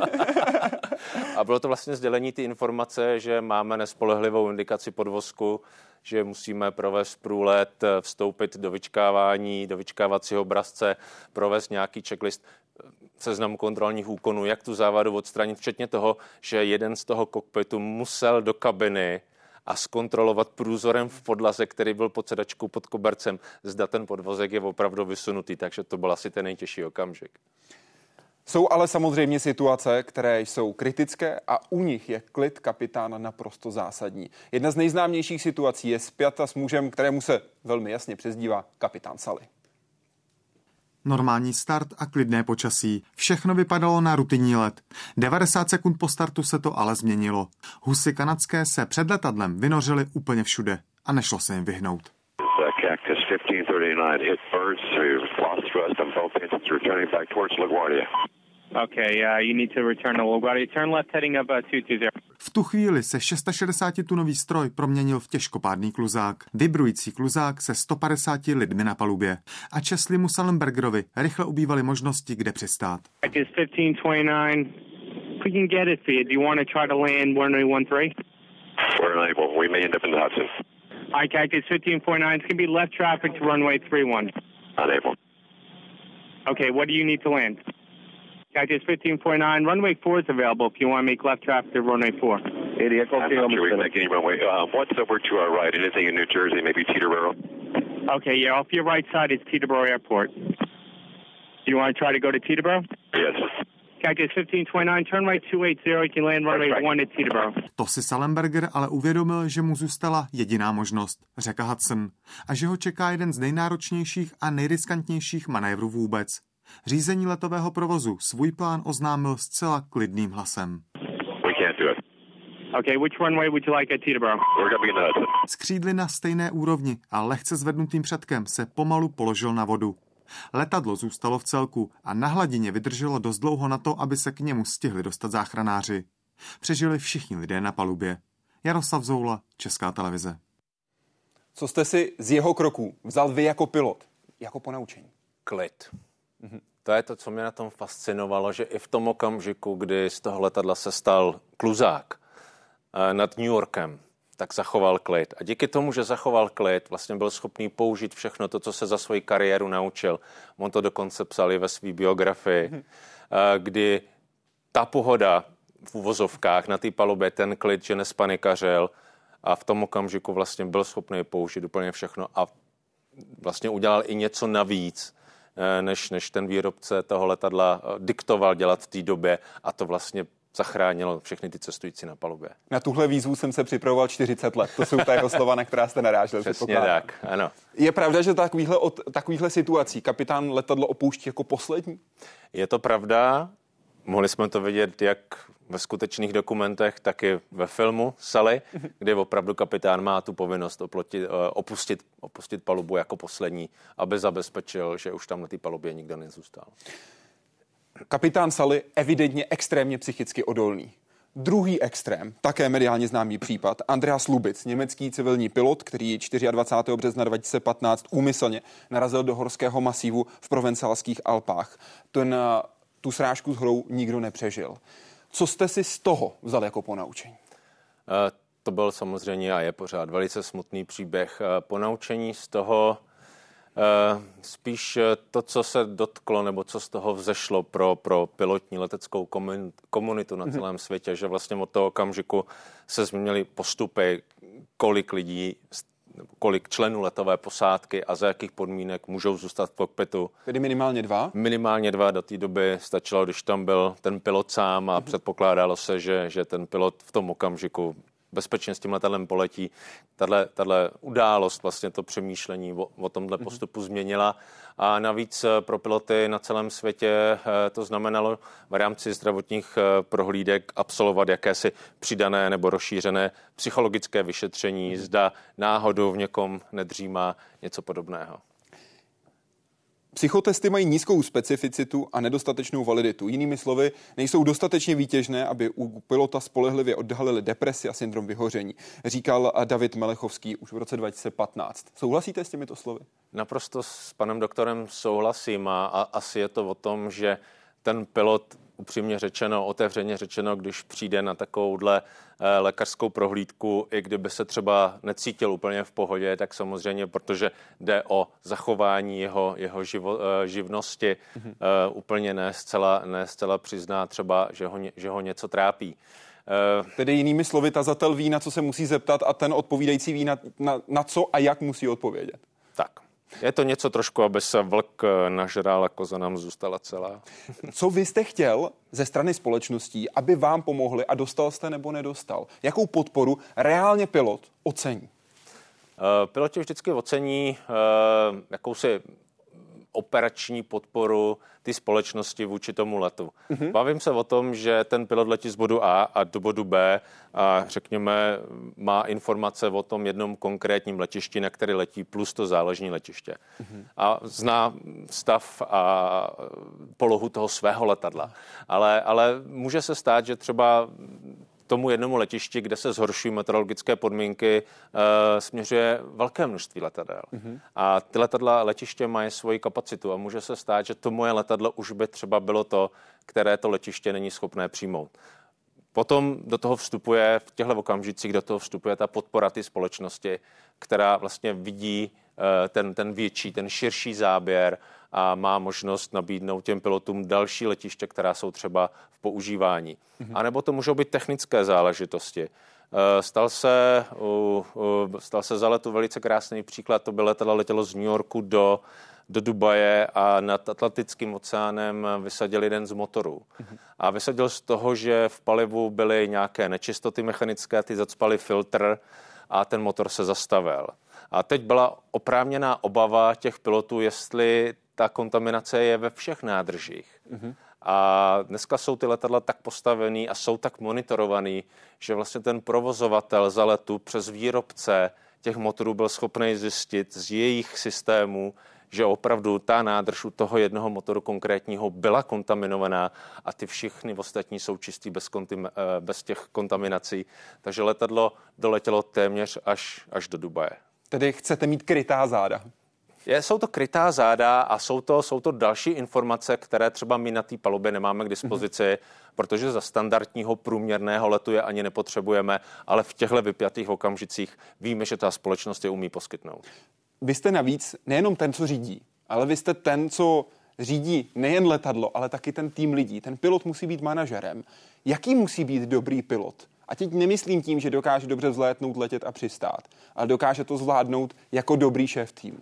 Speaker 2: A bylo to vlastně sdělení ty informace, že máme nespolehlivou indikaci podvozku, že musíme provést průlet, vstoupit do vyčkávání, do vyčkávacího obrazce, provést nějaký checklist, seznam kontrolních úkonů, jak tu závadu odstranit, včetně toho, že jeden z toho kokpitu musel do kabiny a zkontrolovat průzorem v podlaze, který byl pod sedačkou pod kobercem, zda ten podvozek je opravdu vysunutý, takže to byl asi ten nejtěžší okamžik.
Speaker 1: Jsou ale samozřejmě situace, které jsou kritické a u nich je klid kapitána naprosto zásadní. Jedna z nejznámějších situací je spjata s mužem, kterému se velmi jasně přezdívá kapitán Sully.
Speaker 3: Normální start a klidné počasí. Všechno vypadalo na rutinní let. 90 sekund po startu se to ale změnilo. Husy kanadské se před letadlem vynořily úplně všude a nešlo se jim vyhnout.
Speaker 13: Cactus 1539, hit birds, lost thrust on both engines, returning back towards LaGuardia.
Speaker 14: Okay, you need to return to LaGuardia. Turn left heading up 220.
Speaker 3: V tu chvíli se 660-tunový stroj proměnil v těžkopádný kluzák. Vibrující kluzák se 150 lidmi na palubě. A Chesleymu Sullenbergerovi rychle ubývaly možnosti, kde přistát.
Speaker 14: Cactus 1529, we can get it for you. Do you want to try to land runway 13?
Speaker 13: We're unable. We may end up in the Hudson.
Speaker 14: Hi, Cactus 1549. It's going to be left traffic to runway 31.
Speaker 13: Unable.
Speaker 14: Okay, what do you need to land? Cactus 1549, runway 4 is available if you want to make left traffic to runway 4.
Speaker 13: I'm not sure we can make any runway. What's over to our right? Anything in New Jersey, maybe Teterboro?
Speaker 14: Okay, yeah, off your right side is Teterboro Airport. You want to try to go to Teterboro?
Speaker 13: Yes.
Speaker 14: Cactus 1529, turn right 280, you can land runway 1 at Teterboro.
Speaker 3: To si Sullenberger ale uvědomil, že mu zůstala jediná možnost, řekl Hudson, a že ho čeká jeden z nejnáročnějších a nejriskantnějších manévrů vůbec. Řízení letového provozu svůj plán oznámil zcela klidným hlasem.
Speaker 13: We can't do it.
Speaker 14: Okay, which runway would you like at Teterboro?
Speaker 13: We're going to be in the Hudson.
Speaker 3: Z křídly na stejné úrovni a lehce zvednutým předkem se pomalu položil na vodu. Letadlo zůstalo v celku a na hladině vydrželo dost dlouho na to, aby se k němu stihli dostat záchranáři. Přežili všichni lidé na palubě. Jaroslav Zoula, Česká televize.
Speaker 1: Co jste si z jeho kroků vzal vy jako pilot? jako ponaučení?
Speaker 2: Klid. To je to, co mě na tom fascinovalo, že i v tom okamžiku, kdy z toho letadla se stal kluzák nad New Yorkem, tak zachoval klid. A díky tomu, že zachoval klid, vlastně byl schopný použít všechno to, co se za svoji kariéru naučil. On to dokonce psal i ve své biografii, kdy ta pohoda v uvozovkách na té palubě, ten klid, že nespanikařil a v tom okamžiku vlastně byl schopný použít úplně všechno a vlastně udělal i něco navíc, než ten výrobce toho letadla diktoval dělat v té době a to vlastně zachránilo všechny ty cestující na palubě.
Speaker 1: Na tuhle výzvu jsem se připravoval 40 let. To jsou ta jeho slova, na která jste narážel.
Speaker 2: Přesně tak, ano.
Speaker 1: Je pravda, že takovýchhle situací kapitán letadlo opouští jako poslední? Je
Speaker 2: to pravda. Mohli jsme to vidět jak ve skutečných dokumentech, tak i ve filmu Sully, kde opravdu kapitán má tu povinnost opustit palubu jako poslední, aby zabezpečil, že už tam na té palubě nikdo nezůstal.
Speaker 1: Kapitán Sully evidentně extrémně psychicky odolný. Druhý extrém, také mediálně známý případ, Andreas Lubitz, německý civilní pilot, který 24. března 2015 úmyslně narazil do horského masívu v provencálských Alpách. Tu srážku s horou nikdo nepřežil. Co jste si z toho vzal jako ponaučení?
Speaker 2: To byl samozřejmě a je pořád velice smutný příběh. Ponaučení z toho spíš to, co se dotklo, nebo co z toho vzešlo pro pilotní leteckou komunitu na celém světě, že vlastně od toho okamžiku se změnily postupy, kolik lidí, kolik členů letové posádky a za jakých podmínek můžou zůstat v kokpitu.
Speaker 1: Tedy minimálně 2?
Speaker 2: Minimálně 2 do té doby stačilo, když tam byl ten pilot sám a předpokládalo se, že ten pilot v tom okamžiku bezpečně s tím letadlem poletí. Tahle událost vlastně to přemýšlení o tomhle postupu změnila a navíc pro piloty na celém světě to znamenalo v rámci zdravotních prohlídek absolvovat jakési přidané nebo rozšířené psychologické vyšetření, zda náhodou v někom nedřímá něco podobného.
Speaker 1: Psychotesty mají nízkou specificitu a nedostatečnou validitu. Jinými slovy, nejsou dostatečně výtěžné, aby u pilota spolehlivě odhalili depresi a syndrom vyhoření, říkal David Melechovský už v roce 2015. Souhlasíte s těmito slovy?
Speaker 2: Naprosto s panem doktorem souhlasím a asi je to o tom, že ten pilot, upřímně řečeno, otevřeně řečeno, když přijde na takovouhle lékařskou prohlídku, i kdyby se třeba necítil úplně v pohodě, tak samozřejmě, protože jde o zachování jeho živnosti, úplně ne zcela přizná třeba, že ho něco trápí.
Speaker 1: Tedy jinými slovy, tazatel ví, na co se musí zeptat a ten odpovídající ví, na co a jak musí odpovědět.
Speaker 2: Tak. Je to něco trošku, aby se vlk nažral a koza nám zůstala celá.
Speaker 1: Co vy jste chtěl ze strany společností, aby vám pomohli a dostal jste nebo nedostal? Jakou podporu reálně pilot ocení?
Speaker 2: Piloti vždycky ocení jakousi operační podporu ty společnosti vůči tomu letu. Bavím se o tom, že ten pilot letí z bodu A do bodu B a řekněme má informace o tom jednom konkrétním letišti, na který letí, plus to záložní letiště. A zná stav a polohu toho svého letadla. Ale může se stát, že třeba tomu jednomu letišti, kde se zhoršují meteorologické podmínky, směřuje velké množství letadel. A ty letiště mají svoji kapacitu a může se stát, že to moje letadlo už by třeba bylo to, které to letiště není schopné přijmout. Potom do toho vstupuje, v těchto okamžicích do toho vstupuje ta podpora té společnosti, která vlastně vidí ten větší, ten širší záběr a má možnost nabídnout těm pilotům další letiště, která jsou třeba v používání. A nebo to můžou být technické záležitosti. Stal se za letu velice krásný příklad, to by letadlo letělo z New Yorku do Dubaje a nad Atlantickým oceánem vysadil jeden z motorů. A vysadil z toho, že v palivu byly nějaké nečistoty mechanické, ty zacpaly filtr a ten motor se zastavil. A teď byla oprávněná obava těch pilotů, jestli ta kontaminace je ve všech nádržích. A dneska jsou ty letadla tak postavený a jsou tak monitorovaný, že vlastně ten provozovatel za letu přes výrobce těch motorů byl schopný zjistit z jejich systémů, že opravdu ta nádrž u toho jednoho motoru konkrétního byla kontaminovaná a ty všichni ostatní jsou čistí bez těch kontaminací. Takže letadlo doletělo téměř až do Dubaje.
Speaker 1: Tedy chcete mít krytá záda?
Speaker 2: Jsou to krytá záda a jsou to další informace, které třeba my na té palubě nemáme k dispozici, protože za standardního průměrného letu je ani nepotřebujeme, ale v těchto vypjatých okamžicích víme, že ta společnost je umí poskytnout.
Speaker 1: Vy jste navíc nejenom ten, co řídí, ale vy jste ten, co řídí nejen letadlo, ale taky ten tým lidí. Ten pilot musí být manažerem. Jaký musí být dobrý pilot? A teď nemyslím tím, že dokáže dobře vzlétnout, letět a přistát, ale dokáže to zvládnout jako dobrý šéf týmu.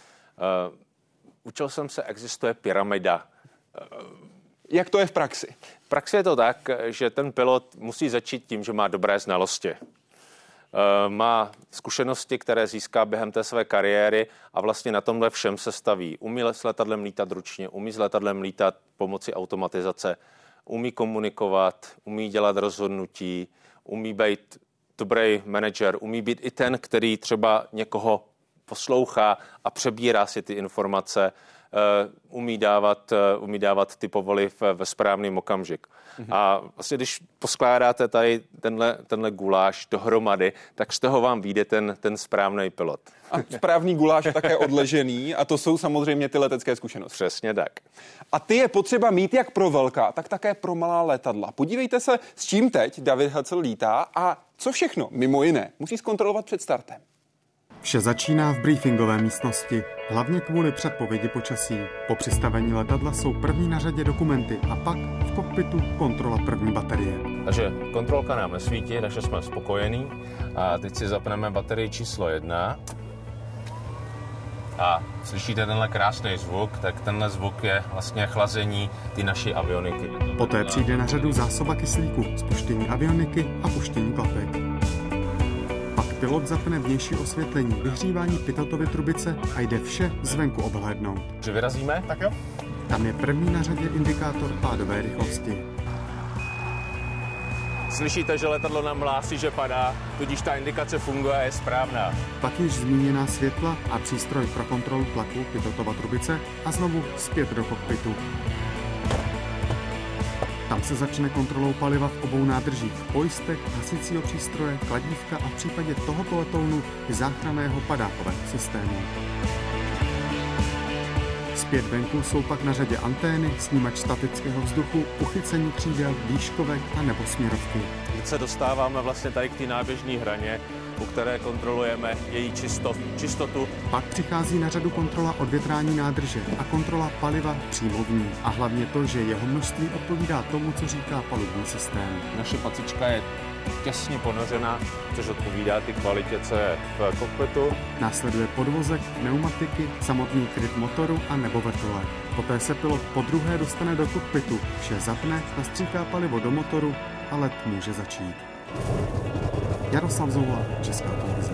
Speaker 2: Učil jsem se, existuje pyramida.
Speaker 1: Jak to je v praxi?
Speaker 2: V praxi je to tak, že ten pilot musí začít tím, že má dobré znalosti. Má zkušenosti, které získá během té své kariéry a vlastně na tomhle všem se staví. Umí s letadlem lítat ručně, umí s letadlem lítat pomocí automatizace, umí komunikovat, umí dělat rozhodnutí, umí být dobrý manažer, umí být i ten, který třeba někoho poslouchá a přebírá si ty informace, umí dávat ty povoly ve správným okamžik. A vlastně, když poskládáte tady tenhle guláš dohromady, tak z toho vám vyjde ten správný pilot.
Speaker 1: A správný guláš je také odležený a to jsou samozřejmě ty letecké zkušenosti.
Speaker 2: Přesně tak.
Speaker 1: A ty je potřeba mít jak pro velká, tak také pro malá letadla. Podívejte se, s čím teď David Hacel lítá a co všechno, mimo jiné, musí zkontrolovat před startem.
Speaker 3: Vše začíná v briefingové místnosti, hlavně kvůli předpovědi počasí. Po přistavení letadla jsou první na řadě dokumenty a pak v kokpitu kontrola první baterie.
Speaker 2: Takže kontrolka nám nesvítí, takže jsme spokojení. A teď si zapneme baterii číslo 1. A slyšíte tenhle krásný zvuk, tak tenhle zvuk je vlastně chlazení ty naší avioniky.
Speaker 3: Poté přijde na řadu zásoba kyslíku, spuštění avioniky a puštění klapek. Pilot zapne vnější osvětlení, vyhřívání pilotovy trubice a jde vše zvenku obhlédnout.
Speaker 2: Že vyrazíme?
Speaker 3: Tak jo. Tam je první na řadě indikátor pádové rychlosti.
Speaker 2: Slyšíte, že letadlo nám hlásí, že padá, tudíž ta indikace funguje a je správná.
Speaker 3: Pak již zmíněná světla a přístroj pro kontrolu tlaku pilotova trubice a znovu zpět do kokpitu. Tam se začne kontrolou paliva v obou nádržích, pojistek, hasicího přístroje, kladívka a v případě tohoto letounu i záchranného padákového systému. Zpět venku jsou pak na řadě antény, snímač statického vzduchu, uchycení křídel, výškovek a nebo směrovky.
Speaker 2: Teď se dostáváme vlastně tady k té náběžné hraně, u které kontrolujeme její čistotu.
Speaker 3: Pak přichází na řadu kontrola odvětrání nádrže a kontrola paliva přímo v ní. A hlavně to, že jeho množství odpovídá tomu, co říká palubní systém.
Speaker 2: Naše pacička je těsně ponořena, což odpovídá ty kvalitě, co je v kokpitu.
Speaker 3: Následuje podvozek, pneumatiky, samotný kryt motoru a nebo vrtule. Poté se pilot podruhé dostane do kokpitu, vše zapne, nastříká palivo do motoru a let může začít. Jaroslav Zoula, Česká televize.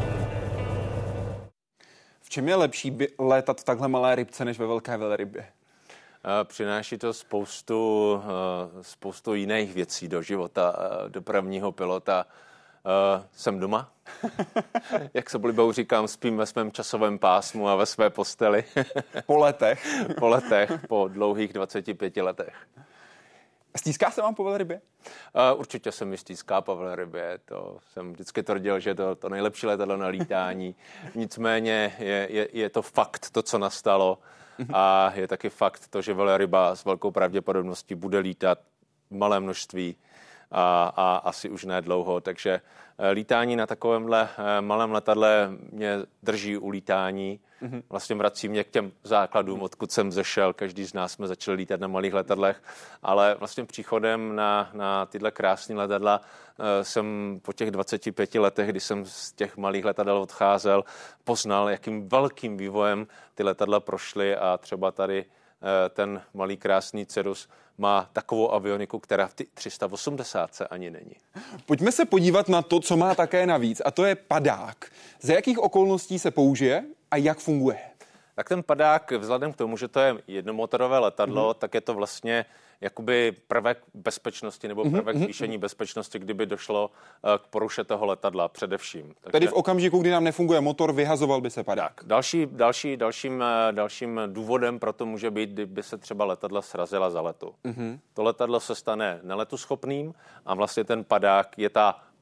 Speaker 1: V čem je lepší létat v takhle malé rybce než ve velké velrybě?
Speaker 2: Přináší to spoustu jiných věcí do života dopravního pilota. Jsem doma. Jak se oblibou říkám, spím ve svém časovém pásmu a ve své posteli.
Speaker 1: Po letech?
Speaker 2: Po letech, po dlouhých 25 letech.
Speaker 1: Stýská se vám po velrybě?
Speaker 2: Určitě se mi stýská po velrybě. To jsem vždycky tvrdil, že to nejlepší letadlo na lítání. Nicméně je to fakt, to, co nastalo. A je taky fakt to, že velryba s velkou pravděpodobností bude lítat v malé množství a asi už ne dlouho. Takže lítání na takovémhle malém letadle mě drží u lítání. Vlastně vrací mě k těm základům, odkud jsem zešel. Každý z nás jsme začali lítat na malých letadlech, ale vlastně příchodem na tyhle krásné letadla jsem po těch 25 letech, kdy jsem z těch malých letadel odcházel, poznal, jakým velkým vývojem ty letadla prošly a třeba tady ten malý krásný Cirrus má takovou avioniku, která v ty 380 ani není.
Speaker 1: Pojďme se podívat na to, co má také navíc, a to je padák. Za jakých okolností se použije a jak funguje?
Speaker 2: Tak ten padák, vzhledem k tomu, že to je jednomotorové letadlo, tak je to vlastně jakoby prvek bezpečnosti nebo prvek zvýšení bezpečnosti, kdyby došlo k poruše toho letadla především. Takže
Speaker 1: tedy v okamžiku, kdy nám nefunguje motor, vyhazoval by se padák.
Speaker 2: Dalším důvodem pro to může být, kdyby se třeba letadla srazila za letu. To letadlo se stane neletuschopným a vlastně ten padák je ta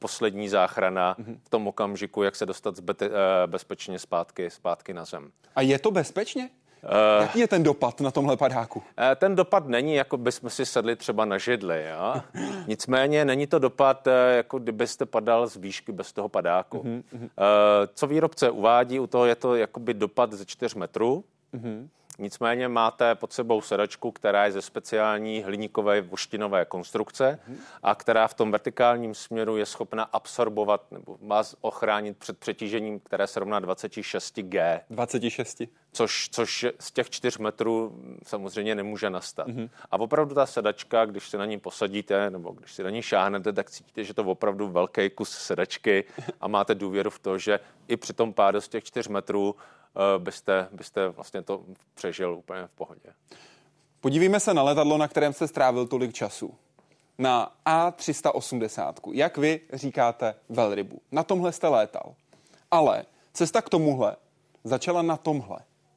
Speaker 2: poslední záchrana v tom okamžiku, jak se dostat bezpečně zpátky na zem.
Speaker 1: A je to bezpečně? Jaký je ten dopad na tomhle padáku?
Speaker 2: Ten dopad není, jako bychom si sedli třeba na židli. Jo? Nicméně není to dopad, jako kdybyste padal z výšky bez toho padáku. Co výrobce uvádí, u toho je to jakoby dopad ze 4 metrů. Nicméně máte pod sebou sedačku, která je ze speciální hliníkové voštinové konstrukce a která v tom vertikálním směru je schopna absorbovat nebo vás ochránit před přetížením, které se rovná 26 G.
Speaker 1: 26.
Speaker 2: Což z těch 4 metrů samozřejmě nemůže nastat. A opravdu ta sedačka, když se na ní posadíte nebo když si na ní šáhnete, tak cítíte, že to opravdu velký kus sedačky a máte důvěru v to, že i při tom pádu z těch 4 metrů byste vlastně to přežil úplně v pohodě.
Speaker 1: Podívejme se na letadlo, na kterém jste strávil tolik času. Na A380. Jak vy říkáte velrybu. Na tomhle jste létal. Ale cesta k tomuhle začala na tomhle.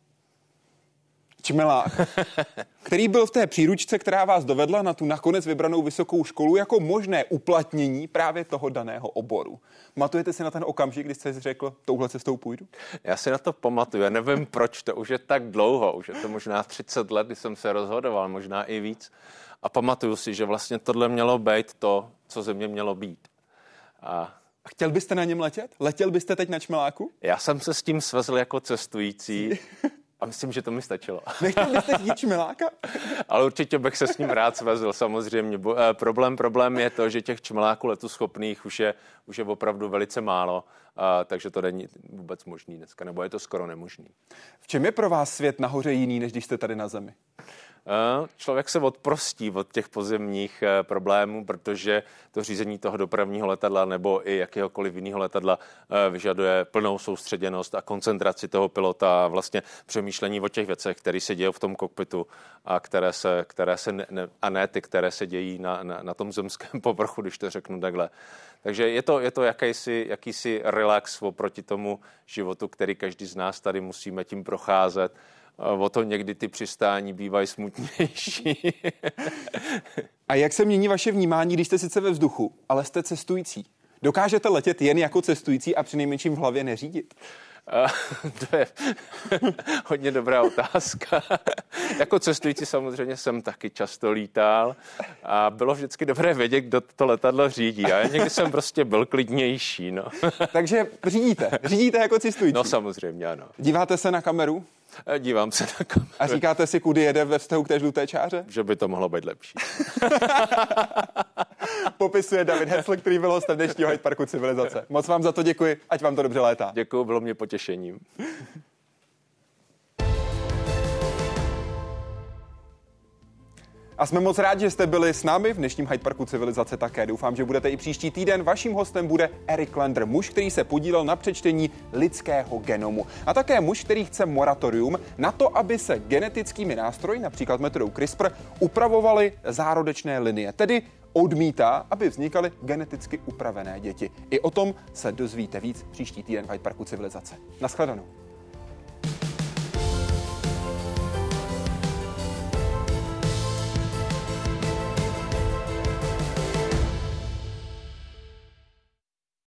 Speaker 1: Čmelák, který byl v té příručce, která vás dovedla na tu nakonec vybranou vysokou školu jako možné uplatnění právě toho daného oboru. Pamatujete si na ten okamžik, kdy jste řekl, touhle cestou půjdu?
Speaker 2: Já si na to pamatuju, já nevím proč, to už je tak dlouho, už je to možná 30 let, kdy jsem se rozhodoval, možná i víc. A pamatuju si, že vlastně tohle mělo být to, co ze mě mělo být. A
Speaker 1: chtěl byste na něm letět? Letěl byste teď na čmeláku?
Speaker 2: Já jsem se s tím svezl jako cestující. A myslím, že to mi stačilo.
Speaker 1: Nechtěl byste chtít čmeláka?
Speaker 2: Ale určitě bych se s ním rád svezl, samozřejmě. Problém je to, že těch čmeláků letuschopných už je opravdu velice málo, takže to není vůbec možný dneska, nebo je to skoro nemožný.
Speaker 1: V čem je pro vás svět nahoře jiný, než když jste tady na zemi?
Speaker 2: Člověk se odprostí od těch pozemních problémů, protože to řízení toho dopravního letadla nebo i jakéhokoliv jiného letadla vyžaduje plnou soustředěnost a koncentraci toho pilota a vlastně přemýšlení o těch věcech, které se dějí v tom kokpitu a které se dějí na tom zemském povrchu, když to řeknu takhle. Takže je to jakýsi relax oproti tomu životu, který každý z nás tady musíme tím procházet. O to někdy ty přistání bývají smutnější.
Speaker 1: A jak se mění vaše vnímání, když jste sice ve vzduchu, ale jste cestující? Dokážete letět jen jako cestující a přinejmenším v hlavě neřídit?
Speaker 2: To je hodně dobrá otázka. Jako cestující samozřejmě jsem taky často lítal a bylo vždycky dobré vědět, kdo to letadlo řídí. A někdy jsem prostě byl klidnější. No.
Speaker 1: Takže řídíte jako cestující?
Speaker 2: No samozřejmě, ano.
Speaker 1: Díváte se na kameru?
Speaker 2: Dívám se na kameru.
Speaker 1: A říkáte si, kudy jede ve vztahu k té žluté čáře?
Speaker 2: Že by to mohlo být lepší.
Speaker 1: Popisuje David Hesl, který byl hostem dnešního Hyde Parku civilizace. Moc vám za to děkuji, ať vám to dobře létá.
Speaker 2: Děkuji, bylo mě potěšením.
Speaker 1: A jsme moc rádi, že jste byli s námi v dnešním Hyde Parku civilizace také. Doufám, že budete i příští týden. Vaším hostem bude Eric Lander, muž, který se podílel na přečtení lidského genomu. A také muž, který chce moratorium na to, aby se genetickými nástroji, například metodou CRISPR, upravovaly zárodečné linie. Tedy odmítá, aby vznikaly geneticky upravené děti. I o tom se dozvíte víc příští týden v Hyde Parku civilizace. Naschledanou.